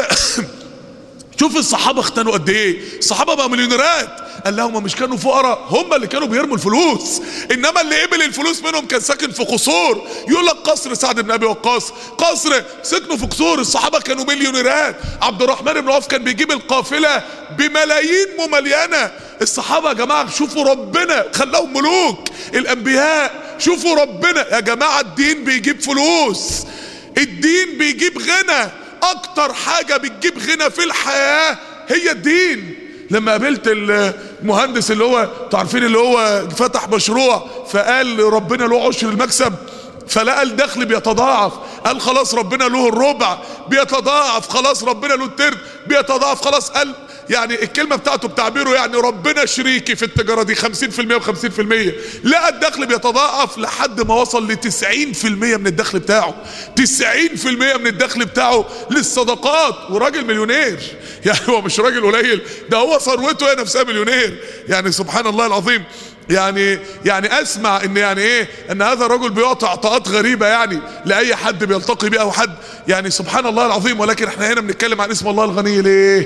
شوف الصحابه اختنوا قد ايه، الصحابه بقى مليونيرات. قال لهم مش كانوا فقراء، هم اللي كانوا بيرموا الفلوس، انما اللي قبل الفلوس منهم كان ساكن في قصور. يقول لك قصر سعد بن ابي وقاص، قصر سكنوا في قصور. الصحابه كانوا مليونيرات. عبد الرحمن بن عوف كان بيجيب القافله بملايين ممليانه. الصحابه يا جماعه شوفوا ربنا خلاهم ملوك. الانبياء شوفوا ربنا يا جماعه، الدين بيجيب فلوس، الدين بيجيب غنى. اكتر حاجة بتجيب غنى في الحياة هي الدين. لما قابلت المهندس اللي هو تعرفين اللي هو فتح مشروع، فقال ربنا له عشر المكسب، فلقى الدخل بيتضاعف، قال خلاص ربنا له الربع بيتضاعف، خلاص ربنا له الترد بيتضاعف، خلاص قال يعني الكلمة بتاعته بتعبيره يعني ربنا شريكي في التجارة دي 50% و50%. لقى الدخل بيتضاعف لحد ما وصل ل 90% من الدخل بتاعه، 90% من الدخل بتاعه للصدقات، وراجل مليونير. يعني هو مش راجل قليل، ده هو ثروته هي نفسها مليونير. يعني سبحان الله العظيم. يعني اسمع ان يعني ايه ان هذا الرجل بيعطي عطاءات غريبة يعني لاي حد بيلتقي بيه او حد، يعني سبحان الله العظيم. ولكن احنا هنا بنتكلم عن اسم الله الغني.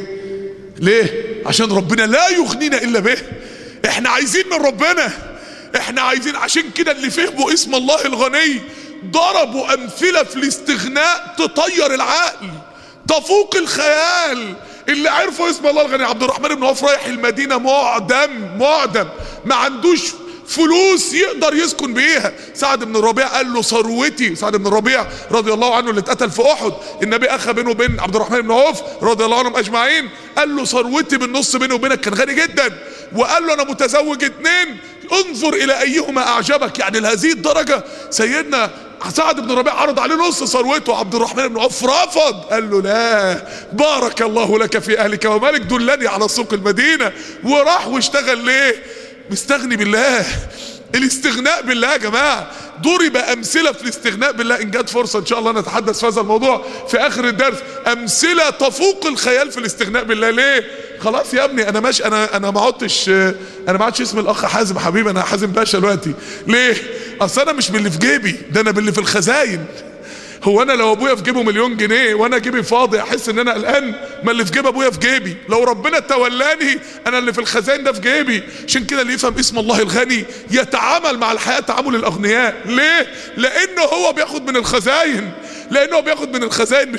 ليه؟ عشان ربنا لا يغنينا الا به. احنا عايزين من ربنا، احنا عايزين. عشان كده اللي فهموا اسم الله الغني ضربوا امثلة في الاستغناء تطير العقل، تفوق الخيال. اللي عرفوا اسم الله الغني، عبد الرحمن بن عوف رايح المدينة معدم ما عندوش فلوس يقدر يسكن بيها. سعد بن الربيع قال له ثروتي، سعد بن الربيع رضي الله عنه اللي اتقتل في احد، النبي اخى بينه وبين عبد الرحمن بن عوف رضي الله عنهم اجمعين، قال له ثروتي بالنص بيني وبينك، كان غني جدا، وقال له انا متزوج 2، انظر الى ايهما اعجبك. يعني لهذه الدرجة سيدنا سعد بن الربيع عرض عليه نص ثروته، عبد الرحمن بن عوف رفض، قال له لا، بارك الله لك في اهلك ومالك، دلني على سوق المدينة. وراح واشتغل. ليه؟ مستغني بالله. الاستغناء بالله يا جماعة ضرب امثلة في الاستغناء بالله. ان جت فرصة ان شاء الله نتحدث في هذا الموضوع في اخر الدرس، امثلة تفوق الخيال في الاستغناء بالله. ليه؟ خلاص يا ابني انا ماشي، انا ما عدتش اسم الاخ حازم حبيبي، انا حازم باشا دلوقتي. ليه؟ اصل انا مش باللي في جيبي، ده انا باللي في الخزاين. هو انا لو ابويا في جيبه مليون جنيه وانا جيبي فاضي احس ان انا قلقان؟ ما اللي في جيب ابويا في جيبي، لو ربنا تولاني انا اللي في الخزائن ده في جيبي. عشان كده اللي يفهم اسم الله الغني يتعامل مع الحياة تعامل الاغنياء. ليه؟ لانه هو بياخد من الخزائن، لانه هو بياخد من الخزائن،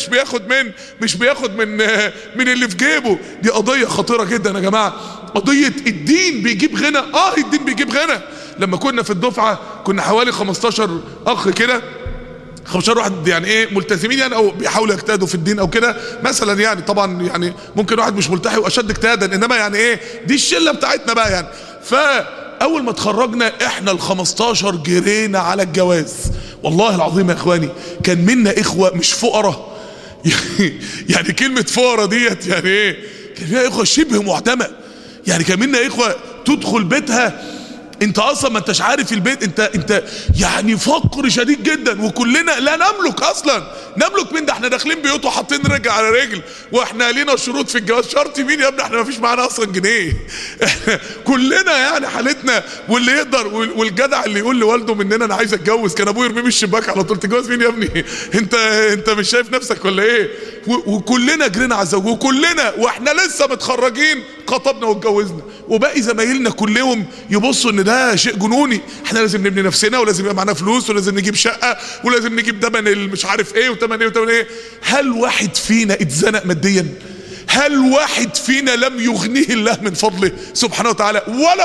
مش بياخد من اللي في جيبه. دي قضية خطيرة جدا يا جماعة، قضية الدين بيجيب غنى. الدين بيجيب غنى. لما كنا في الدفعة كنا حوالي 15 اخ كده، 15 واحد يعني ايه ملتزمين يعني او بيحاولوا يجتهدوا في الدين او كده مثلا. يعني طبعا يعني ممكن واحد مش ملتحي واشد اجتهادا، انما يعني ايه دي الشله بتاعتنا بقى يعني. فاول ما اتخرجنا احنا ال15 جرينا على الجواز. والله العظيم يا اخواني كان منا اخوه مش فقراء يعني كلمه فقراء ديت يعني ايه، كان فيها اخوه شبه معدمه. يعني كان منا اخوه تدخل بيتها انت اصلا ما انتش عارف البيت، انت يعني فقر شديد جدا، وكلنا لا نملك اصلا. نملك مين ده؟ احنا داخلين بيوت وحاطين رجل على رجل، واحنا لينا شروط في الجواز. شرط مين يا ابني؟ احنا ما فيش معانا اصلا جنيه كلنا يعني حالتنا. واللي يقدر والجدع اللي يقول لوالده مننا انا عايز اتجوز، كان ابوه يرميه من الشباك على طول. تتجوز مين يا ابني؟ انت مش شايف نفسك ولا ايه؟ وكلنا جرينا على الزواج، وكلنا واحنا لسه متخرجين خطبنا واتجوزنا. وباقي زمايلنا كلهم يبصوا ان ده شيء جنوني، احنا لازم نبني نفسنا، ولازم يبقى معانا فلوس، ولازم نجيب شقه، ولازم نجيب دمن مش عارف ايه وتمن ايه وتمن ايه. هل واحد فينا اتزنق ماديا؟ هل واحد فينا لم يغنيه الله من فضله سبحانه وتعالى؟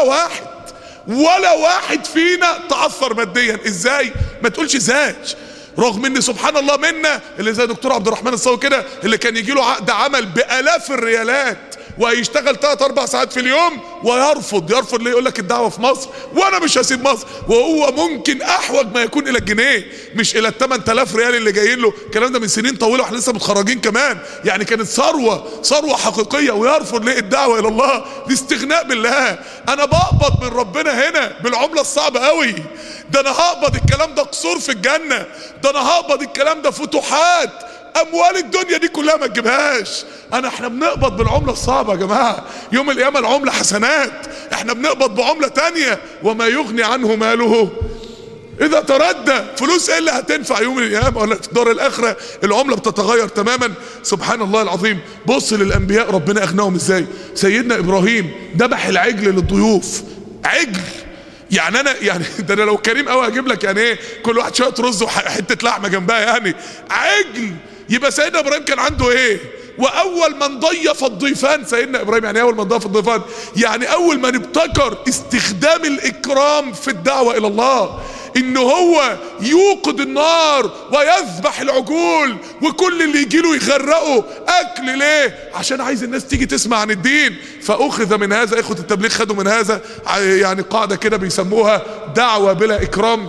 ولا واحد فينا تعثر ماديا. ازاي؟ ما تقولش ازاي، رغم ان سبحان الله منا اللي زي دكتور عبد الرحمن الصاوي كده اللي كان يجي له عقد عمل بالاف الريالات وهيشتغل 3-4 ساعات في اليوم ويرفض ليه؟ يقول لك الدعوه في مصر وانا مش هسيب مصر. وهو ممكن احوج ما يكون الى الجنيه مش الى ال8000 ريال اللي جايين له. الكلام ده من سنين طويله واحنا لسه متخرجين كمان، يعني كانت ثروه حقيقيه، ويرفض ليه؟ الدعوه الى الله، الاستغناء بالله. انا بقبض من ربنا هنا بالعمله الصعبه قوي، ده انا هقبض الكلام ده قصور في الجنه، ده انا هقبض الكلام ده فتوحات، اموال الدنيا دي كلها ما تجيبهاش. احنا بنقبض بالعمله الصعبه يا جماعه، يوم القيامه العمله حسنات، احنا بنقبض بعمله تانية. وما يغني عنه ماله اذا تردى. فلوس ايه اللي هتنفع يوم القيامه ولا في دار الاخره؟ العمله بتتغير تماما. سبحان الله العظيم. بص للانبياء ربنا اغناهم ازاي. سيدنا ابراهيم ذبح العجل للضيوف، عجل. يعني ده انا لو كريم قوي هجيب لك يعني ايه كل واحد شويه رز وحته لحمه جنبها، يعني عجل. يبقى سيدنا ابراهيم كان عنده ايه؟ واول من ضيف الضيفان سيدنا ابراهيم. يعني اول من ضيف الضيفان يعني اول من ابتكر استخدام الاكرام في الدعوه الى الله. ان هو يوقد النار ويذبح العجول وكل اللي يجيله يغرقه اكل. ليه؟ عشان عايز الناس تيجي تسمع عن الدين. فاخذ من هذا، اخوة التبليغ خدوا من هذا يعني قاعدة كده بيسموها دعوة بلا اكرام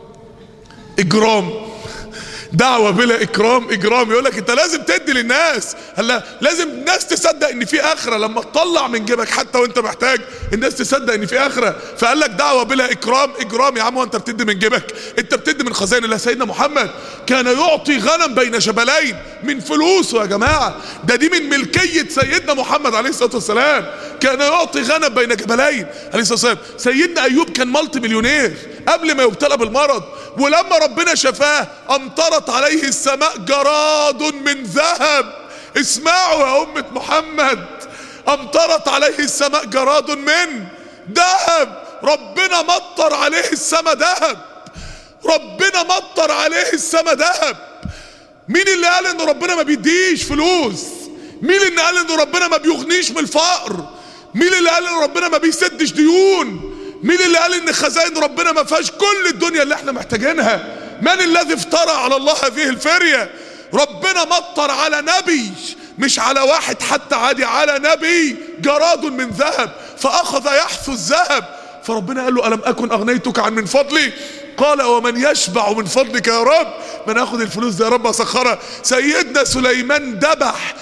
اجرام. دعوة بلا اكرام اجرام. يقول لك انت لازم تدي للناس، هلا لازم الناس تصدق ان في اخرة. لما تطلع من جيبك حتى وانت محتاج الناس تصدق ان في اخرة. فقال لك دعوة بلا اكرام اجرام. يا عم وانت بتدي من جيبك؟ انت بتدي من خزائن الله. سيدنا محمد كان يعطي غنم بين جبلين من فلوسه يا جماعة. دي من ملكية سيدنا محمد عليه الصلاة والسلام. كان يعطي غنم بين جبلين عليه الصلاة والسلام. سيدنا ايوب كان مالتي مليونير قبل ما يبتلى بالمرض، ولما ربنا شفاه امطرت عليه السماء جراد من ذهب. اسمعوا يا أمة محمد، امطرت عليه السماء جراد من ذهب. ربنا مطر عليه السماء ذهب. ربنا مطر عليه السماء ذهب. مين اللي قال ان ربنا ما بيديش فلوس؟ مين اللي قال ان ربنا ما بيغنيش من الفقر؟ مين اللي قال ان ربنا ما بيسدش ديون؟ مين اللي قال ان خزائن ربنا ما فيهاش كل الدنيا اللي احنا محتاجينها؟ من الذي افترى على الله هذه الفرية؟ ربنا مطر على نبي، مش على واحد حتى عادي، على نبي جراد من ذهب فاخذ يحثو الذهب. فربنا قال له ألم أكن أغنيتك عن من فضلي؟ قال ومن يشبع من فضلك يا رب؟ من اخد الفلوس دي يا رب اسخرها. سيدنا سليمان ذبح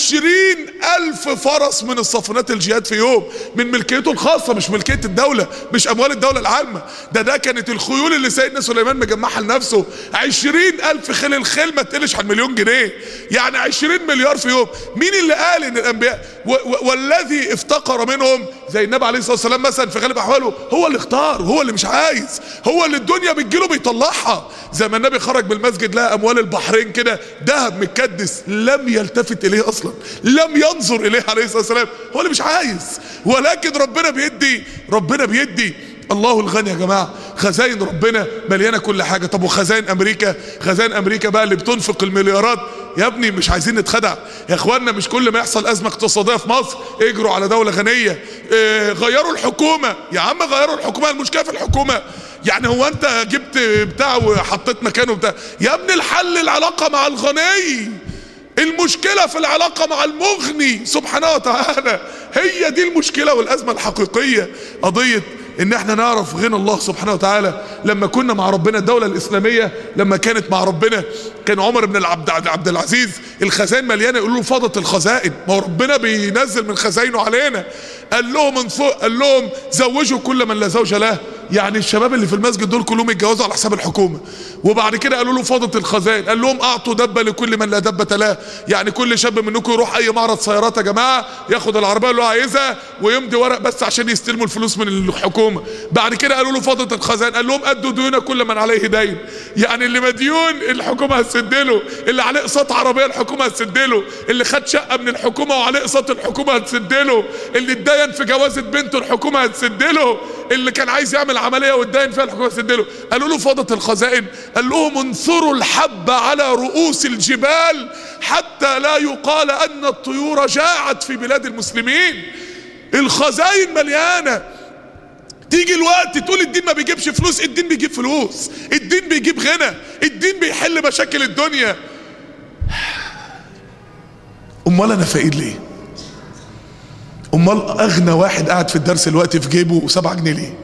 20,000 فرس من الصافنات الجهاد في يوم، من ملكيته الخاصة مش ملكية الدولة، مش اموال الدولة العامة. ده كانت الخيول اللي سيدنا سليمان مجمعها لنفسه. 20,000 خيل. الخيل ما تقلش عن مليون جنيه، يعني 20 مليار في يوم. مين اللي قال ان الانبياء والذي افتقر منهم زي النبي عليه الصلاة والسلام مثلا في غالب احواله هو اللي اختار، هو اللي مش عايز، هو اللي الدنيا بتجيله بيطلعها. زي ما النبي خرج بالمسجد لقى اموال البحرين كده ذهب متكدس، لم يلتفت اليه اصلا، لم ينظر اليه عليه الصلاه والسلام. هو اللي مش عايز، ولكن ربنا بيدي. ربنا بيدي. الله الغني يا جماعه. خزائن ربنا مليانه كل حاجه. طب وخزائن امريكا؟ خزائن امريكا بقى اللي بتنفق المليارات. يا ابني مش عايزين نتخدع يا اخواننا. مش كل ما يحصل ازمه اقتصاديه في مصر اجروا على دوله غنيه. غيروا الحكومه. يا عم غيروا الحكومه، المشكله في الحكومه. يعني هو انت جبت بتاع وحطيت مكانه بتاع؟ يا ابني الحل العلاقه مع الغني، المشكله في العلاقه مع المغني سبحانه وتعالى. هي دي المشكله والازمه الحقيقيه. قضيه ان احنا نعرف غنى الله سبحانه وتعالى. لما كنا مع ربنا الدولة الاسلامية لما كانت مع ربنا كان عمر بن عبد العزيز الخزائن مليانة، يقولوا له فاضت الخزائن، ما هو ربنا بينزل من خزائنه علينا. قال لهم زوجوا كل من لا زوج له. يعني الشباب اللي في المسجد دول كلهم يتجوزوا على حساب الحكومة. وبعد كده قالوا له فاضت الخزائن، قال لهم اعطوا دبة لكل من لا دبة له. يعني كل شاب منكم يروح اي معرض سيارات يا جماعة ياخد العربية اللي هو عايزها ويمضي ورق بس عشان يستلموا الفلوس من الحكومة. بعد كده قالوا له فاضت الخزائن، قال لهم ادوا ديون كل من عليه دين. يعني اللي مديون الحكومة هتسدله، اللي عليه اقساط عربية الحكومة هتسدله، اللي خد شقة من الحكومة وعليه اقساط الحكومة هتسدله، اللي اتدين في جوازة بنته الحكومة هتسدله، اللي كان عايز يعمل عملية واتدين فيها الحكومة هتسدله. قالوا له فاضت الخزائن، قال لهم انثروا الحب على رؤوس الجبال حتى لا يقال ان الطيور جاعت في بلاد المسلمين. الخزائن مليانة. تيجي الوقت تقول الدين ما بيجيبش فلوس، الدين بيجيب فلوس، الدين بيجيب غنى، الدين بيحل مشاكل الدنيا. امال انا فقير ليه؟ امال اغنى واحد قاعد في الدرس الوقت في جيبه 7 جنيه ليه؟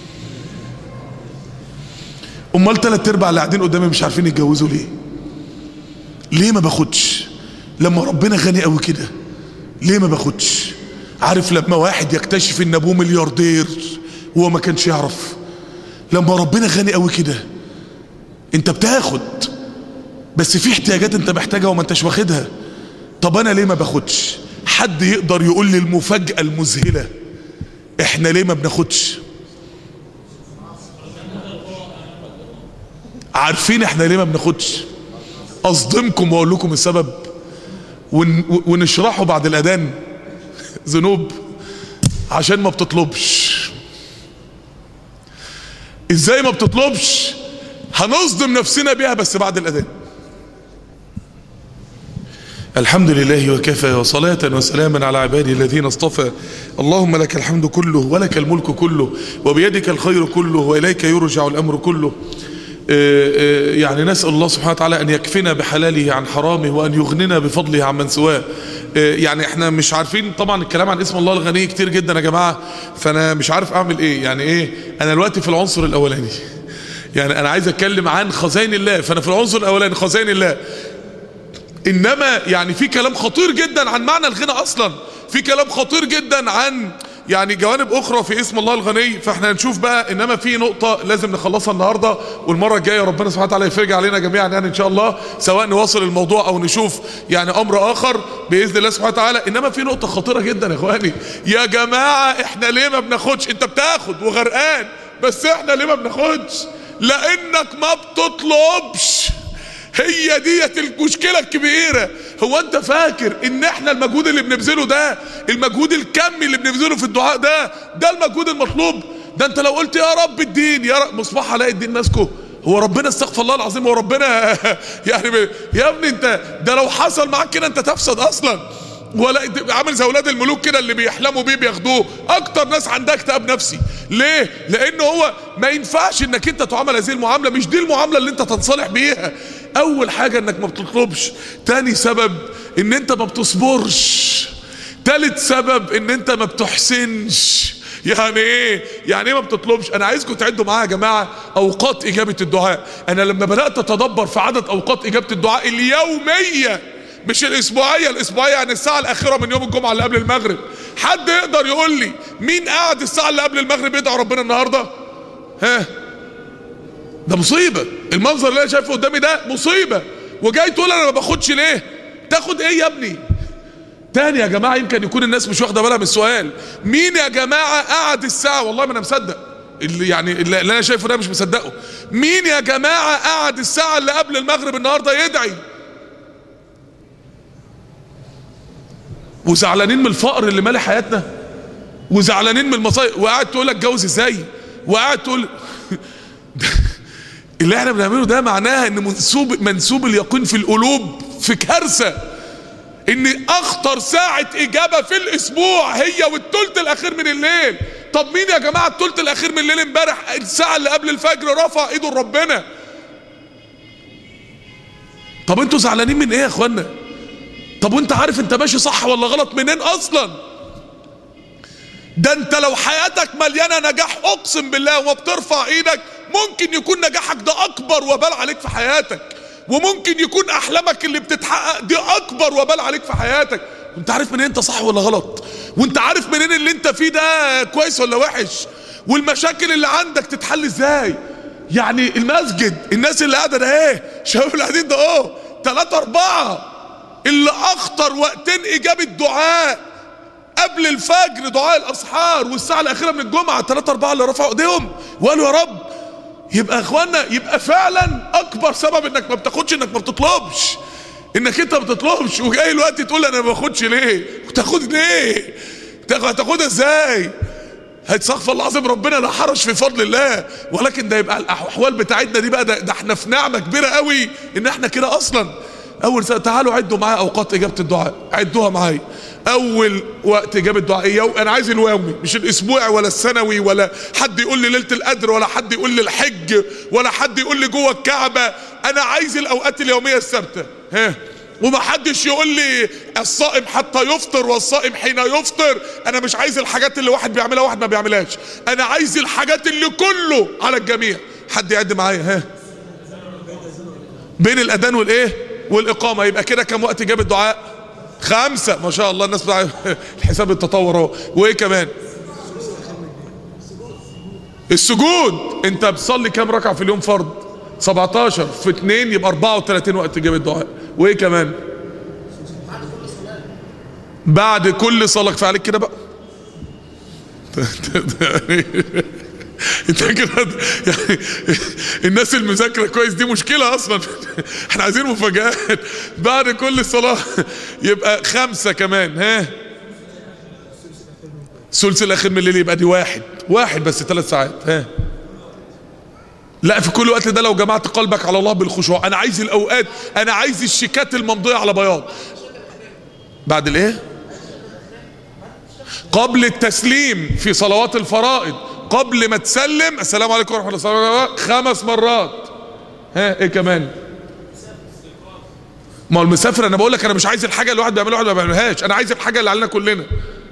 امال 3/4 اللي قاعدين قدامي مش عارفين يتجوزوا ليه؟ ليه ما باخدش؟ لما ربنا غني قوي كده ليه ما باخدش؟ عارف لما واحد يكتشف ان ابوه ملياردير وهو ما كانش يعرف، لما ربنا غني قوي كده انت بتاخد بس في احتياجات انت محتاجها وما انتش واخدها. طب انا ليه ما باخدش؟ حد يقدر يقول لي المفاجأة المذهلة احنا ليه ما بناخدش؟ عارفين احنا ليه ما بناخدش؟ اصدمكم واقول لكم السبب ونشرحه بعد الاذان. ذنوب عشان ما بتطلبش. ازاي ما بتطلبش؟ هنصدم نفسنا بيها بس بعد الاذان. الحمد لله وكفى وصلاة وسلاما على عباده الذين اصطفى. اللهم لك الحمد كله ولك الملك كله وبيدك الخير كله وإليك يرجع الأمر كله. يعني نسأل الله سبحانه وتعالى أن يكفنا بحلاله عن حرامه وأن يغننا بفضله عن من سواه. يعني احنا مش عارفين طبعا الكلام عن اسم الله الغني كتير جدا يا جماعة، فأنا مش عارف أعمل إيه. يعني إيه، أنا دلوقتي في العنصر الأولاني، يعني أنا عايز أتكلم عن خزائن الله، فأنا في العنصر الأولاني خزائن الله. إنما يعني في كلام خطير جدا عن معنى الغنى أصلا، في كلام خطير جدا عن يعني جوانب أخرى في اسم الله الغني، فاحنا هنشوف بقى. إنما في نقطة لازم نخلصها النهاردة، والمرة الجاية ربنا سبحانه وتعالى يفرج علينا جميعا يعني إن شاء الله، سواء نواصل الموضوع أو نشوف يعني أمر آخر بإذن الله سبحانه وتعالى. إنما في نقطة خطيرة جدا يا إخواني، يا جماعة إحنا ليه ما بناخدش؟ أنت بتاخد وغرقان، بس إحنا ليه ما بناخدش؟ لأنك ما بتطلبش. هي ديت المشكلة الكبيرة. هو انت فاكر ان احنا المجهود اللي بنبذله ده، المجهود الكمي اللي بنبذله في الدعاء ده المجهود المطلوب؟ ده انت لو قلت يا رب الدين، يا رب مصباح هلاقي الدين ماسكه، هو ربنا استغفر الله العظيم، هو ربنا يعني يا ابني انت ده لو حصل معاك كده انت تفسد اصلا. ولا عامل زي اولاد الملوك كده اللي بيحلموا بيه بياخدوه. اكتر ناس عندها اكتئاب نفسي. ليه؟ لان هو ما ينفعش انك انت تعامل هذه المعامله، مش دي المعامله اللي انت تنصلح بيها. اول حاجه انك ما بتطلبش، تاني سبب ان انت ما بتصبرش، تالت سبب ان انت ما بتحسنش. يعني ايه؟ يعني ايه ما بتطلبش؟ انا عايزكم تعدوا معايا يا جماعه اوقات اجابه الدعاء. انا لما بدات اتدبر في عدد اوقات اجابه الدعاء اليوميه، مش الاسبوعيه، الاسبوعيه يعني الساعه الاخيره من يوم الجمعه اللي قبل المغرب. حد يقدر يقول لي مين قاعد الساعه اللي قبل المغرب يدعي ربنا النهارده؟ ها، ده مصيبه. المنظر اللي انا شايفه قدامي ده مصيبه، وجاي تقول انا ما باخدش ليه؟ تاخد ايه يا ابني؟ تاني يا جماعه، يمكن يكون الناس مش واخده بالها من السؤال. مين يا جماعه قاعد الساعه، والله ما انا مصدق اللي يعني اللي انا شايفه ده مش مصدقه. مين يا جماعه قاعد الساعه اللي قبل المغرب النهارده يدعي؟ وزعلانين من الفقر اللي مالي حياتنا، وزعلانين من المصايب، وقاعد تقول لك اتجوز ازاي، وقاعد تقول اللي احنا بنعمله ده معناها ان منسوب اليقين في القلوب في كارثه. ان اخطر ساعه اجابه في الاسبوع هي والثلث الاخير من الليل. طب مين يا جماعه الثلث الاخير من الليل امبارح الساعه اللي قبل الفجر رفع ايده لربنا؟ طب انتوا زعلانين من ايه يا اخوانا؟ طب وانت عارف انت ماشي صح ولا غلط منين اصلا؟ ده انت لو حياتك مليانه نجاح اقسم بالله وما بترفع ايدك، ممكن يكون نجاحك ده اكبر وبال عليك في حياتك، وممكن يكون احلامك اللي بتتحقق دي اكبر وبال عليك في حياتك. وانت عارف منين انت صح ولا غلط، وانت عارف منين اللي انت فيه ده كويس ولا وحش، والمشاكل اللي عندك تتحل ازاي. يعني المسجد، الناس اللي قاعده ده ايه، شباب اللي قاعدين ده 3 4 اللي اخطر وقتين اجابه دعاء قبل الفجر دعاء الاسحار، والساعه الاخيره من الجمعه 3 4 اللي رفعوا ايديهم وقالوا يا رب. يبقى يا اخوانا، يبقى فعلا اكبر سبب انك ما بتاخدش انك ما بتطلبش، انك انت ما بتطلبش. وجاي الوقت تقول انا ما باخدش ليه؟ وتاخد ليه؟ هتاخدها ازاي؟ هيتسخف الله العظيم، ربنا لا حرج في فضل الله، ولكن ده يبقى الاحوال بتاعتنا دي بقى، ده احنا في نعمه كبيره قوي ان احنا كده اصلا. اول سنة تعالوا عدوا معايا اوقات اجابه الدعاء، عدوها معايا. اول وقت اجابه الدعاء انا عايز اليومي، مش الاسبوعي ولا السنوي، ولا حد يقول لي ليله القدر، ولا حد يقول لي الحج، ولا حد يقول لي جوه الكعبه. انا عايز الاوقات اليوميه الثابته. وما حدش يقول لي الصائم حتى يفطر والصائم حين يفطر. انا مش عايز الحاجات اللي واحد بيعملها واحد ما بيعملهاش، انا عايز الحاجات اللي كله على الجميع. حد يعد معايا؟ بين الاذان والاقامه يبقى كده كم وقت اجابه الدعاء؟ 5. ما شاء الله الناس بتاع الحساب التطور اهو. وايه كمان؟ السجود. انت بتصلي كم ركعه في اليوم فرض؟ 17 في 2 يبقى 34 وقت اجابه الدعاء. وايه كمان؟ بعد كل صلاه. كفايه عليك كده بقى. انت كده يعني الناس المذاكره كويس دي مشكله اصلا. احنا عايزين مفاجآت. بعد كل صلاه يبقى 5 كمان. الثلث الاخير من الليل يبقى دي واحد بس 3 ساعات. لا، في كل وقت ده لو جمعت قلبك على الله بالخشوع. انا عايز الاوقات، انا عايز الشيكات الممضيه على بياض. بعد الايه؟ قبل التسليم في صلوات الفرائض، قبل ما تسلم السلام عليكم ورحمة الله وبركاته 5 مرات. ها ايه كمان؟ ما هو المسافر انا بقول لك انا مش عايز الحاجه اللي الواحد بيعملها واحد ما بيعملهاش، انا عايز الحاجه اللي علينا كلنا.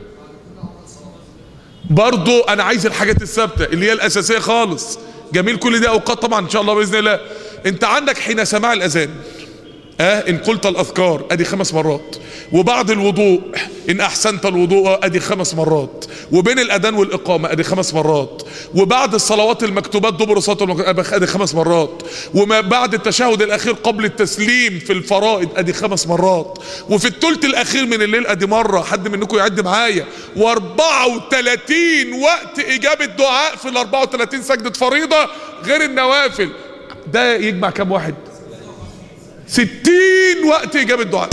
برضو انا عايز الحاجات الثابته اللي هي الاساسيه خالص. جميل، كل دي اوقات طبعا ان شاء الله باذن الله. انت عندك حين سماع الاذان ان قلت الاذكار ادي 5 مرات، وبعد الوضوء ان احسنت الوضوء ادي 5 مرات، وبين الاذان والاقامه ادي 5 مرات، وبعد الصلوات المكتوبات دبر صلاه ادي 5 مرات، وما بعد التشهد الاخير قبل التسليم في الفرائض ادي 5 مرات، وفي الثلث الاخير من الليل ادي مره. حد منكم يعد معايا؟ و34 وقت اجابه دعاء في ال 34 سجده فريضه غير النوافل. ده يجمع كام واحد؟ 60 وقت إجابة دعاء.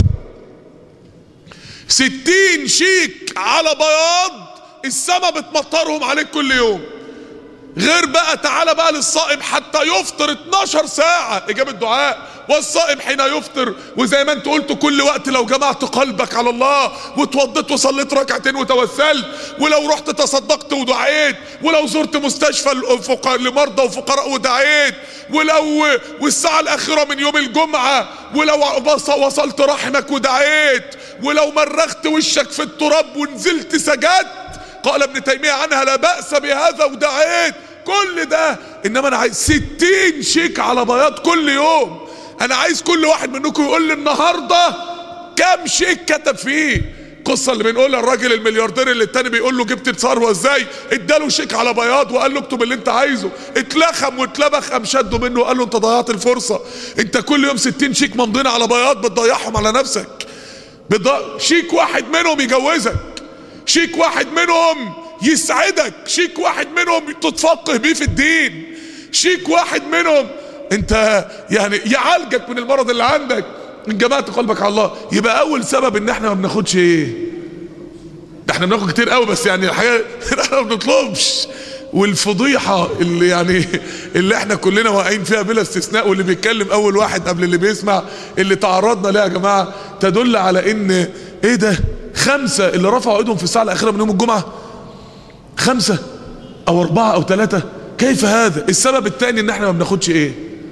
60 شيك على بياض السما بتمطرهم عليك كل يوم. غير بقى تعالى بقى للصائم حتى يفطر 12 ساعة إجابة دعاء، والصائم حين يفطر. وزي ما انت قلت كل وقت لو جمعت قلبك على الله وتوضيت وصليت ركعتين وتوسلت، ولو رحت تصدقت ودعيت، ولو زرت مستشفى لمرضى وفقراء ودعيت، والساعة الأخيرة من يوم الجمعة، ولو وصلت رحمك ودعيت، ولو مرغت وشك في التراب ونزلت سجدت، قال ابن تيمية عنها لا بأس بهذا ودعيت. كل ده، انما انا عايز 60 شيك على بياض كل يوم. انا عايز كل واحد منكم يقول لي النهارده كام شيك كتب فيه. القصه اللي بنقولها الراجل الملياردير اللي التاني بيقول له جبت الثروه ازاي، اداله شيك على بياض وقال له اكتب اللي انت عايزه، اتلخم واتلبخ، قام شده منه وقال له انت ضيعت الفرصه. انت كل يوم 60 شيك ممضين على بياض بتضيعهم على نفسك. شيك واحد منهم يجوزك، شيك واحد منهم يسعدك، شيك واحد منهم تتفقه بيه في الدين، شيك واحد منهم انت يعني يعالجك من المرض اللي عندك ان جمعت قلبك على الله. يبقى اول سبب ان احنا ما بناخدش ايه؟ ده احنا بناخد كتير قوي بس يعني الحقيقه احنا ما بنطلبش. والفضيحه اللي يعني اللي احنا كلنا واقعين فيها بلا استثناء، واللي بيتكلم اول واحد قبل اللي بيسمع اللي تعرضنا لها يا جماعه، تدل على ان ايه ده؟ 5 اللي رفعوا ايدهم في الساعه الاخيره من يوم الجمعه، 5 أو 4 أو 3. كيف هذا؟ السبب الثاني ان احنا ما بناخدش ايه؟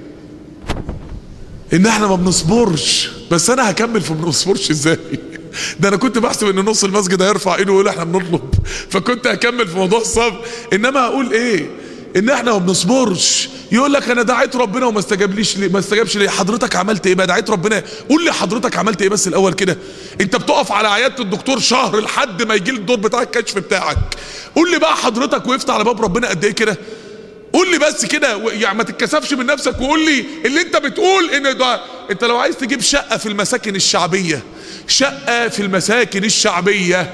ان احنا ما بنصبرش. بس انا هكمل في ما بنصبرش ازاي؟ ده انا كنت بحسب ان نص المسجد هيرفع ايده ويقول احنا بنطلب، فكنت هكمل في موضوع الصبر. انما هقول ايه؟ ان احنا ما بنصبرش. يقول لك انا دعيت ربنا وما استجابليش ليه؟ ما استجابش ليه؟ حضرتك عملت ايه بقى؟ دعيت ربنا، قول لي حضرتك عملت ايه بس الاول كده. انت بتقف على عياده الدكتور شهر لحد ما يجي الدور بتاع الكشف بتاعك. قول لي بقى حضرتك وقفت على باب ربنا قد ايه كده؟ قول لي بس كده، يعني ما تتكسفش من نفسك وقول لي اللي انت بتقول ان ده. انت لو عايز تجيب شقه في المساكن الشعبيه، شقه في المساكن الشعبيه،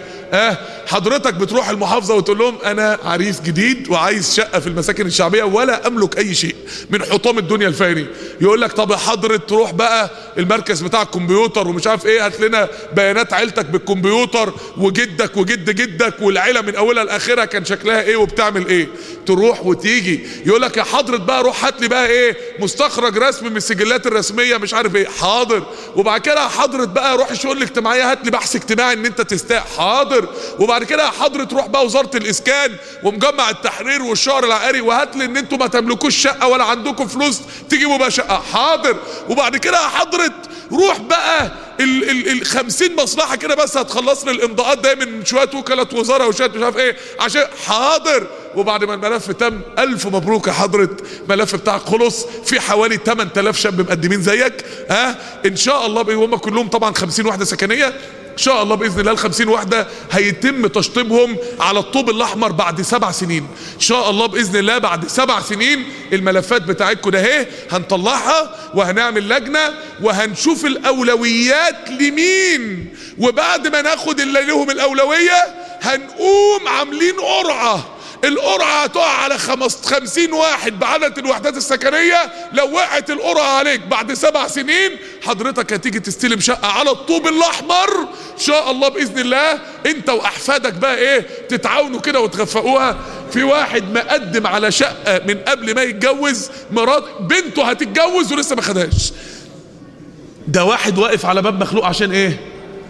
حضرتك بتروح المحافظة وتقول لهم انا عريس جديد وعايز شقة في المساكن الشعبية ولا املك اي شيء من حطام الدنيا الفاني. يقول لك طب يا حضرة تروح بقى المركز بتاع الكمبيوتر ومش عارف ايه، هات لنا بيانات عيلتك بالكمبيوتر وجدك وجد جدك والعيلة من اولها لاخرها كان شكلها ايه وبتعمل ايه. تروح وتيجي يقول لك يا حضرة بقى روح هات لي بقى ايه مستخرج رسمي من السجلات الرسمية مش عارف ايه. حاضر. وبعد كده يا حضرة بقى روح الشؤون الاجتماعية هات لي بحث اجتماعي ان انت تستاء. حاضر. وبعد كده يا حضرة تروح بقى وزارة الاسكان ومجمع التحرير والشهر العقاري وهات لي ان انتوا ما تملكوش شقة ولا عندكم فلوس تجيبوا بقى شقة. حاضر. وبعد كده يا حضرة روح بقى ال 50 مصلحة كده بس هتخلص لي الامضاءات ده من شوية وكالة وزارة وشوية مش عارف ايه عشان. حاضر. وبعد ما الملف تم الف مبروك يا حضرة الملف بتاعك خلص. في حوالي 8000 شاب مقدمين زيك ان شاء الله هم كلهم طبعا 50 وحدة سكنية. ان شاء الله باذن الله ال50 وحده هيتم تشطيبهم على الطوب الاحمر بعد 7 سنين ان شاء الله باذن الله. بعد 7 سنين الملفات بتاعتكم ده اهي هنطلعها وهنعمل لجنه وهنشوف الاولويات لمين. وبعد ما ناخد اللي لهم الاولويه هنقوم عاملين قرعه. القرعه هتقع على 50 واحد بعدد الوحدات السكنيه. لو وقعت القرعه عليك بعد 7 سنين حضرتك هتيجي تستلم شقه على الطوب الاحمر ان شاء الله باذن الله. انت واحفادك بقى ايه تتعاونوا كده وتغفقوها. في واحد مقدم على شقه من قبل ما يتجوز، مرات بنته هتتجوز ولسه ما خدهاش. ده واحد واقف على باب مخلوق عشان ايه؟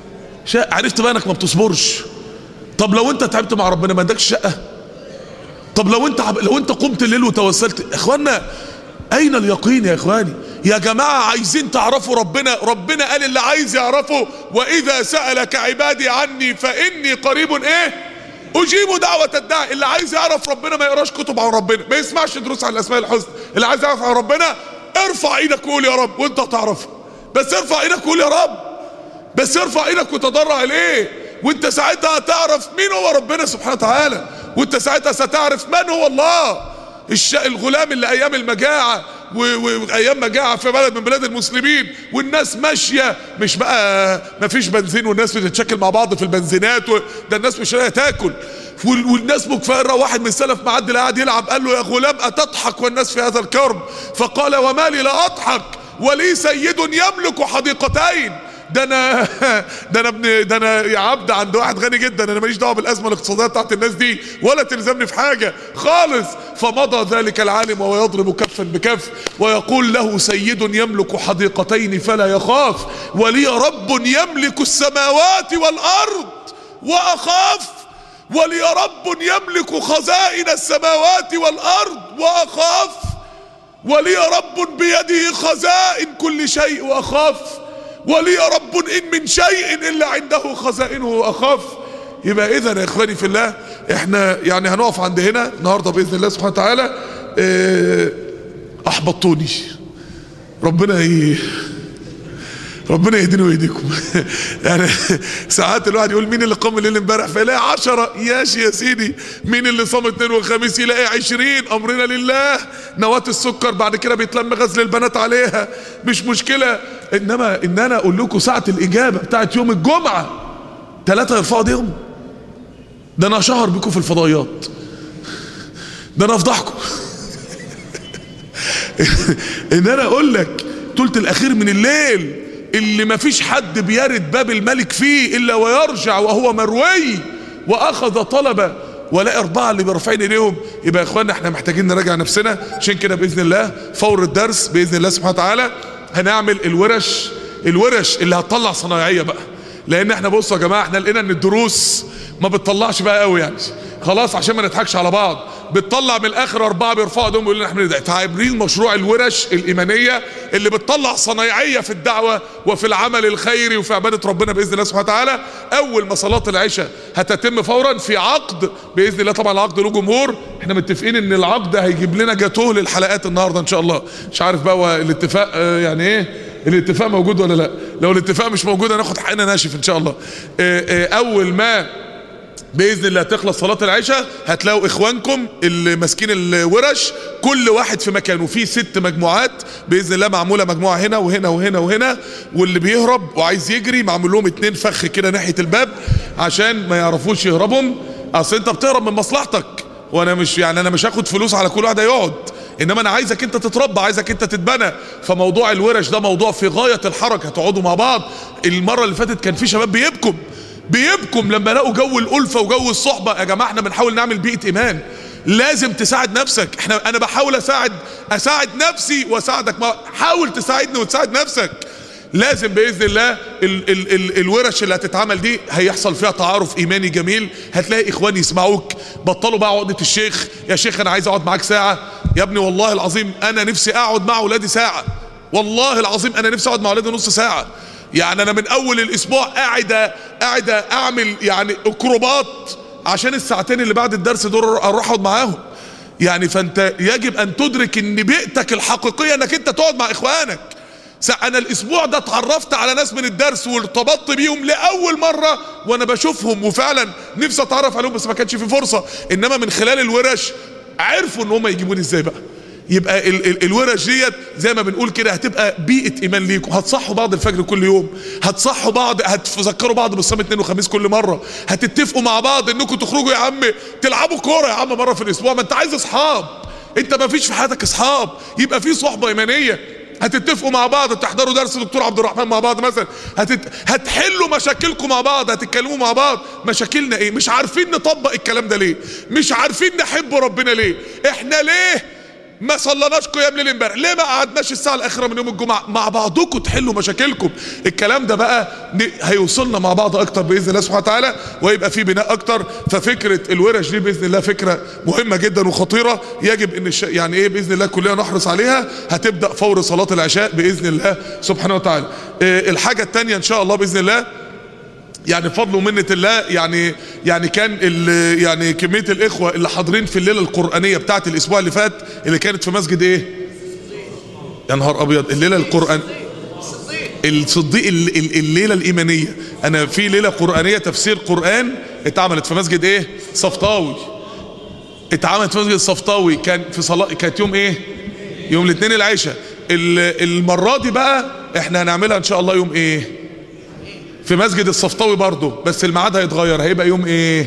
عرفت بقى انك ما بتصبرش. طب لو انت تعبت مع ربنا ما عندكش شقة؟ طب لو انت قمت الليل وتوسلت. اخوانا اين اليقين يا اخواني؟ يا جماعة عايزين تعرفوا ربنا. ربنا قال اللي عايز يعرفه واذا سألك عبادي عني فاني قريب اجيب دعوة الداعي. اللي عايز يعرف ربنا ما يقراش كتب عن ربنا، ما يسمعش دروس عن الاسماء الحسنى. اللي عايز يعرف عن ربنا ارفع ايدك وقول يا رب وانت هتعرفه. بس ارفع ايدك وقول يا رب، بس ارفع ايدك وتضرع اليه، وانت ساعتها هتعرف مين هو ربنا سبحانه وتعالى، وانت ساعتها ستعرف من هو الله. الغلام اللي ايام المجاعة وايام مجاعة في بلد من بلاد المسلمين والناس ماشية مش بقى مفيش بنزين والناس بتتشكل مع بعض في البنزينات ده الناس مش لاقيه تاكل والناس مكفرة. واحد من السلف معدي قاعد يلعب قال له يا غلام اتضحك والناس في هذا الكرب؟ فقال وما لي لا اضحك ولي سيد يملك حديقتين. ده انا يا عبد عند واحد غني جدا، انا ماليش دعوه بالازمه الاقتصاديه بتاعت الناس دي ولا تلزمني في حاجه خالص. فمضى ذلك العالم وهو يضرب كفا بكف ويقول له سيد يملك حديقتين فلا يخاف، ولي رب يملك السماوات والارض واخاف، ولي رب يملك خزائن السماوات والارض واخاف، ولي رب بيده خزائن كل شيء واخاف، ولي رب إن من شيء إلا عنده خزائنه وأخاف. يبقى إذن يا إخواني في الله إحنا يعني هنقف عند هنا النهاردة بإذن الله سبحانه وتعالى. أحبطوني، ربنا يهديني ويهديكم. يعني ساعات الواحد يقول مين اللي قام الليل امبارح فيلاقي 10. ياشي يا سيدي. مين اللي صام اثنين وخميس يلاقي 20. امرنا لله. نواة السكر بعد كده بيتلم غزل البنات عليها مش مشكلة، انما ان انا اقول لكم ساعة الاجابة بتاعت يوم الجمعة 3 يرفعوا ايديهم، ده انا اشهر بكم في الفضائيات، ده انا افضحكم. ان انا اقول لك تلت الاخير من الليل اللي مفيش حد بيرد باب الملك فيه الا ويرجع وهو مروي واخذ طلبه، ولا 4 اللي بيرفعين ايديهم. يبقى يا اخوانا احنا محتاجين نراجع نفسنا. عشان كده باذن الله فور الدرس باذن الله سبحانه وتعالى هنعمل الورش اللي هتطلع صنايعيه بقى، لان احنا بصوا يا جماعه احنا لقينا ان الدروس ما بتطلعش بقى قوي يعني خلاص عشان ما نضحكش على بعض، بتطلع من الاخر 4 بيرفعوا ايديهم ويقولوا احنا عاملين مشروع الورش الايمانيه اللي بتطلع صنايعيه في الدعوه وفي العمل الخيري وفي عباده ربنا باذن الله سبحانه وتعالى. اول ما صلاه العشاء هتتم فورا في عقد باذن الله، طبعا العقد له جمهور، احنا متفقين ان العقد هيجيب لنا جاتوه للحلقات النهارده ان شاء الله. مش عارف بقى هو الاتفاق يعني ايه، الاتفاق موجود ولا لا؟ لو الاتفاق مش موجود هناخد حقنا ناشف ان شاء الله. اول ما باذن الله تخلص صلاه العشاء هتلاقوا اخوانكم اللي ماسكين الورش كل واحد في مكانه، في 6 مجموعات باذن الله معموله، مجموعه هنا وهنا وهنا وهنا، واللي بيهرب وعايز يجري معمول لهم 2 فخ كده ناحيه الباب عشان ما يعرفوش يهربهم. اصل انت بتهرب من مصلحتك، وانا مش يعني انا مش هاخد فلوس على كل واحد هيقعد، انما انا عايزك انت تتربى، عايزك انت تتبنى. فموضوع الورش ده موضوع في غايه الحرج، هتقعدوا مع بعض. المره اللي فاتت كان في شباب بيبكم لما لقوا جو الألفة وجو الصحبة. يا جماعة احنا بنحاول نعمل بيئة إيمان، لازم تساعد نفسك. انا بحاول اساعد نفسي واساعدك، حاول تساعدني وتساعد نفسك. لازم بإذن الله الورش اللي هتتعمل دي هيحصل فيها تعارف إيماني جميل، هتلاقي إخواني يسمعوك. بطلوا بقى عقدة الشيخ، يا شيخ أنا عايز أقعد معاك ساعة. يا ابني والله العظيم أنا نفسي أقعد مع أولادي ساعة، والله العظيم أنا نفسي أقعد مع أولادي نص ساعة. يعني انا من اول الاسبوع قاعد اعمل يعني اكروبات عشان الساعتين اللي بعد الدرس دول اروح اقعد معاهم. يعني فانت يجب ان تدرك ان بيئتك الحقيقيه انك انت تقعد مع اخوانك. انا الاسبوع ده اتعرفت على ناس من الدرس وارتبطت بيهم لاول مره وانا بشوفهم، وفعلا نفسي اتعرف عليهم بس ما كانش في فرصه، انما من خلال الورش عرفوا ان هم يجيبوني ازاي بقى. يبقى الورش ديت زي ما بنقول كده هتبقى بيئة ايمان ليكم. هتصحوا بعض الفجر كل يوم، هتصحوا بعض، هتذكروا بعض بالصيام 2 وخميس كل مرة، هتتفقوا مع بعض انكم تخرجوا يا عم تلعبوا كورة يا عم مرة في الاسبوع. ما انت عايز اصحاب، انت ما فيش في حياتك اصحاب، يبقى في صحبة ايمانية. هتتفقوا مع بعض، تحضروا درس دكتور عبد الرحمن مع بعض مثلا، هتحلوا مشاكلكم مع بعض، هتتكلموا مع بعض. مشاكلنا ايه؟ مش عارفين نطبق الكلام ده ليه؟ مش عارفين نحب ربنا ليه؟ احنا ليه ما صلناش قيام ليل امبارح، ليه ما قعدناش الساعه الاخيره من يوم الجمعه مع بعضكم تحلوا مشاكلكم؟ الكلام ده بقى هيوصلنا مع بعض اكتر باذن الله سبحانه وتعالى، ويبقى في بناء اكتر. ففكره الورش دي باذن الله فكره مهمه جدا وخطيره، يجب ان يعني ايه باذن الله كلنا نحرص عليها. هتبدا فور صلاه العشاء باذن الله سبحانه وتعالى. الحاجه الثانيه ان شاء الله باذن الله، يعني بفضل ومنة الله، يعني كان يعني كمية الإخوة اللي حاضرين في الليلة القرآنية بتاعت الأسبوع اللي فات اللي كانت في مسجد إيه؟ يا نهار أبيض، الليلة القرآن الصديق، الليلة الإيمانية. أنا في ليلة قرآنية تفسير قرآن اتعملت في مسجد إيه؟ صفطاوي. اتعملت في مسجد الصفطاوي، كان في صلاة، كانت يوم إيه؟ يوم الاثنين العشاء. المرة دي بقى إحنا هنعملها إن شاء الله يوم إيه؟ في مسجد الصفطاوي برضه، بس الميعاد هيتغير، هيبقى يوم ايه؟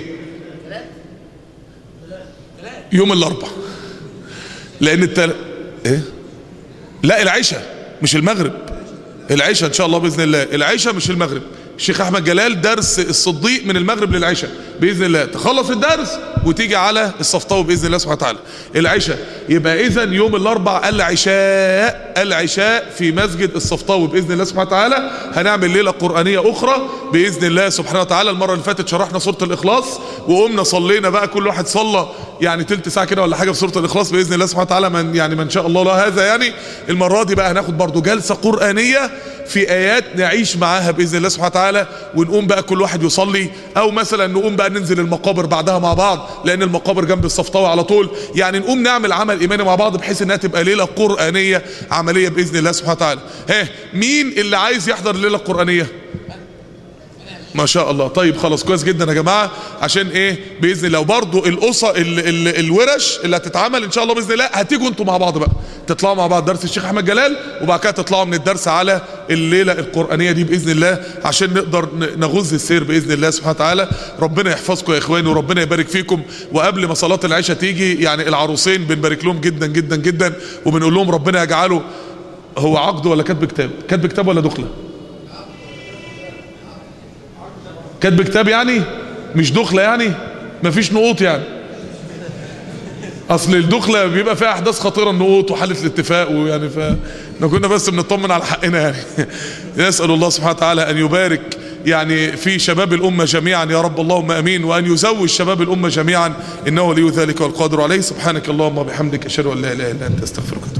يوم الاربعاء. لان ايه؟ لا العشاء مش المغرب، العشاء ان شاء الله باذن الله، العشاء مش المغرب. الشيخ احمد جلال درس الصديق من المغرب للعشاء باذن الله، تخلص الدرس وتيجي على الصفطاوي باذن الله سبحانه وتعالى العشاء. يبقى اذا يوم الاربعاء العشاء في مسجد الصفطاوي باذن الله سبحانه وتعالى. هنعمل ليله قرانيه اخرى باذن الله سبحانه وتعالى. المره اللي فاتت شرحنا سوره الاخلاص وقمنا صلينا بقى، كل واحد صلى يعني تلت ساعه كده ولا حاجه في سوره الاخلاص باذن الله سبحانه وتعالى، من شاء الله لا هذا يعني. المره دي بقى هناخد برضو جلسه قرانيه في ايات نعيش معاها باذن الله سبحانه وتعالى، ونقوم بقى كل واحد يصلي، او مثلا نقوم بقى ننزل المقابر بعدها مع بعض، لان المقابر جنب الصفطاوي على طول. يعني نقوم نعمل عمل ايماني مع بعض بحيث انها تبقى ليله قرانيه عمليه باذن الله سبحانه وتعالى. مين اللي عايز يحضر الليله القرانيه؟ ما شاء الله. طيب خلاص كويس جدا يا جماعه، عشان ايه باذن الله. وبرضه الورش اللي هتتعمل ان شاء الله باذن الله هتيجوا انتوا مع بعض بقى، تطلعوا مع بعض درس الشيخ احمد جلال، وبعد كده تطلعوا من الدرس على الليله القرانيه دي باذن الله، عشان نقدر نغز السير باذن الله سبحانه وتعالى. ربنا يحفظكم يا اخواني وربنا يبارك فيكم. وقبل ما صلاه العشاء تيجي، يعني العروسين بنبارك لهم جدا جدا جدا، وبنقول لهم ربنا يجعله. هو عقد ولا كاتب كتاب؟ كاتب كتاب ولا دخله؟ كاتب كتاب يعني، مش دخله يعني، مفيش نقوط يعني. اصل الدخله بيبقى فيها احداث خطيره، النقوط وحاله الاتفاق، ويعني كنا بس بنطمن على حقنا يعني. نسال الله سبحانه وتعالى ان يبارك يعني في شباب الامه جميعا يا رب، اللهم امين، وان يزوج شباب الامه جميعا، انه ولي ذلك والقادر عليه. سبحانك اللهم وبحمدك، اشهد ان لا اله الا انت، استغفرك.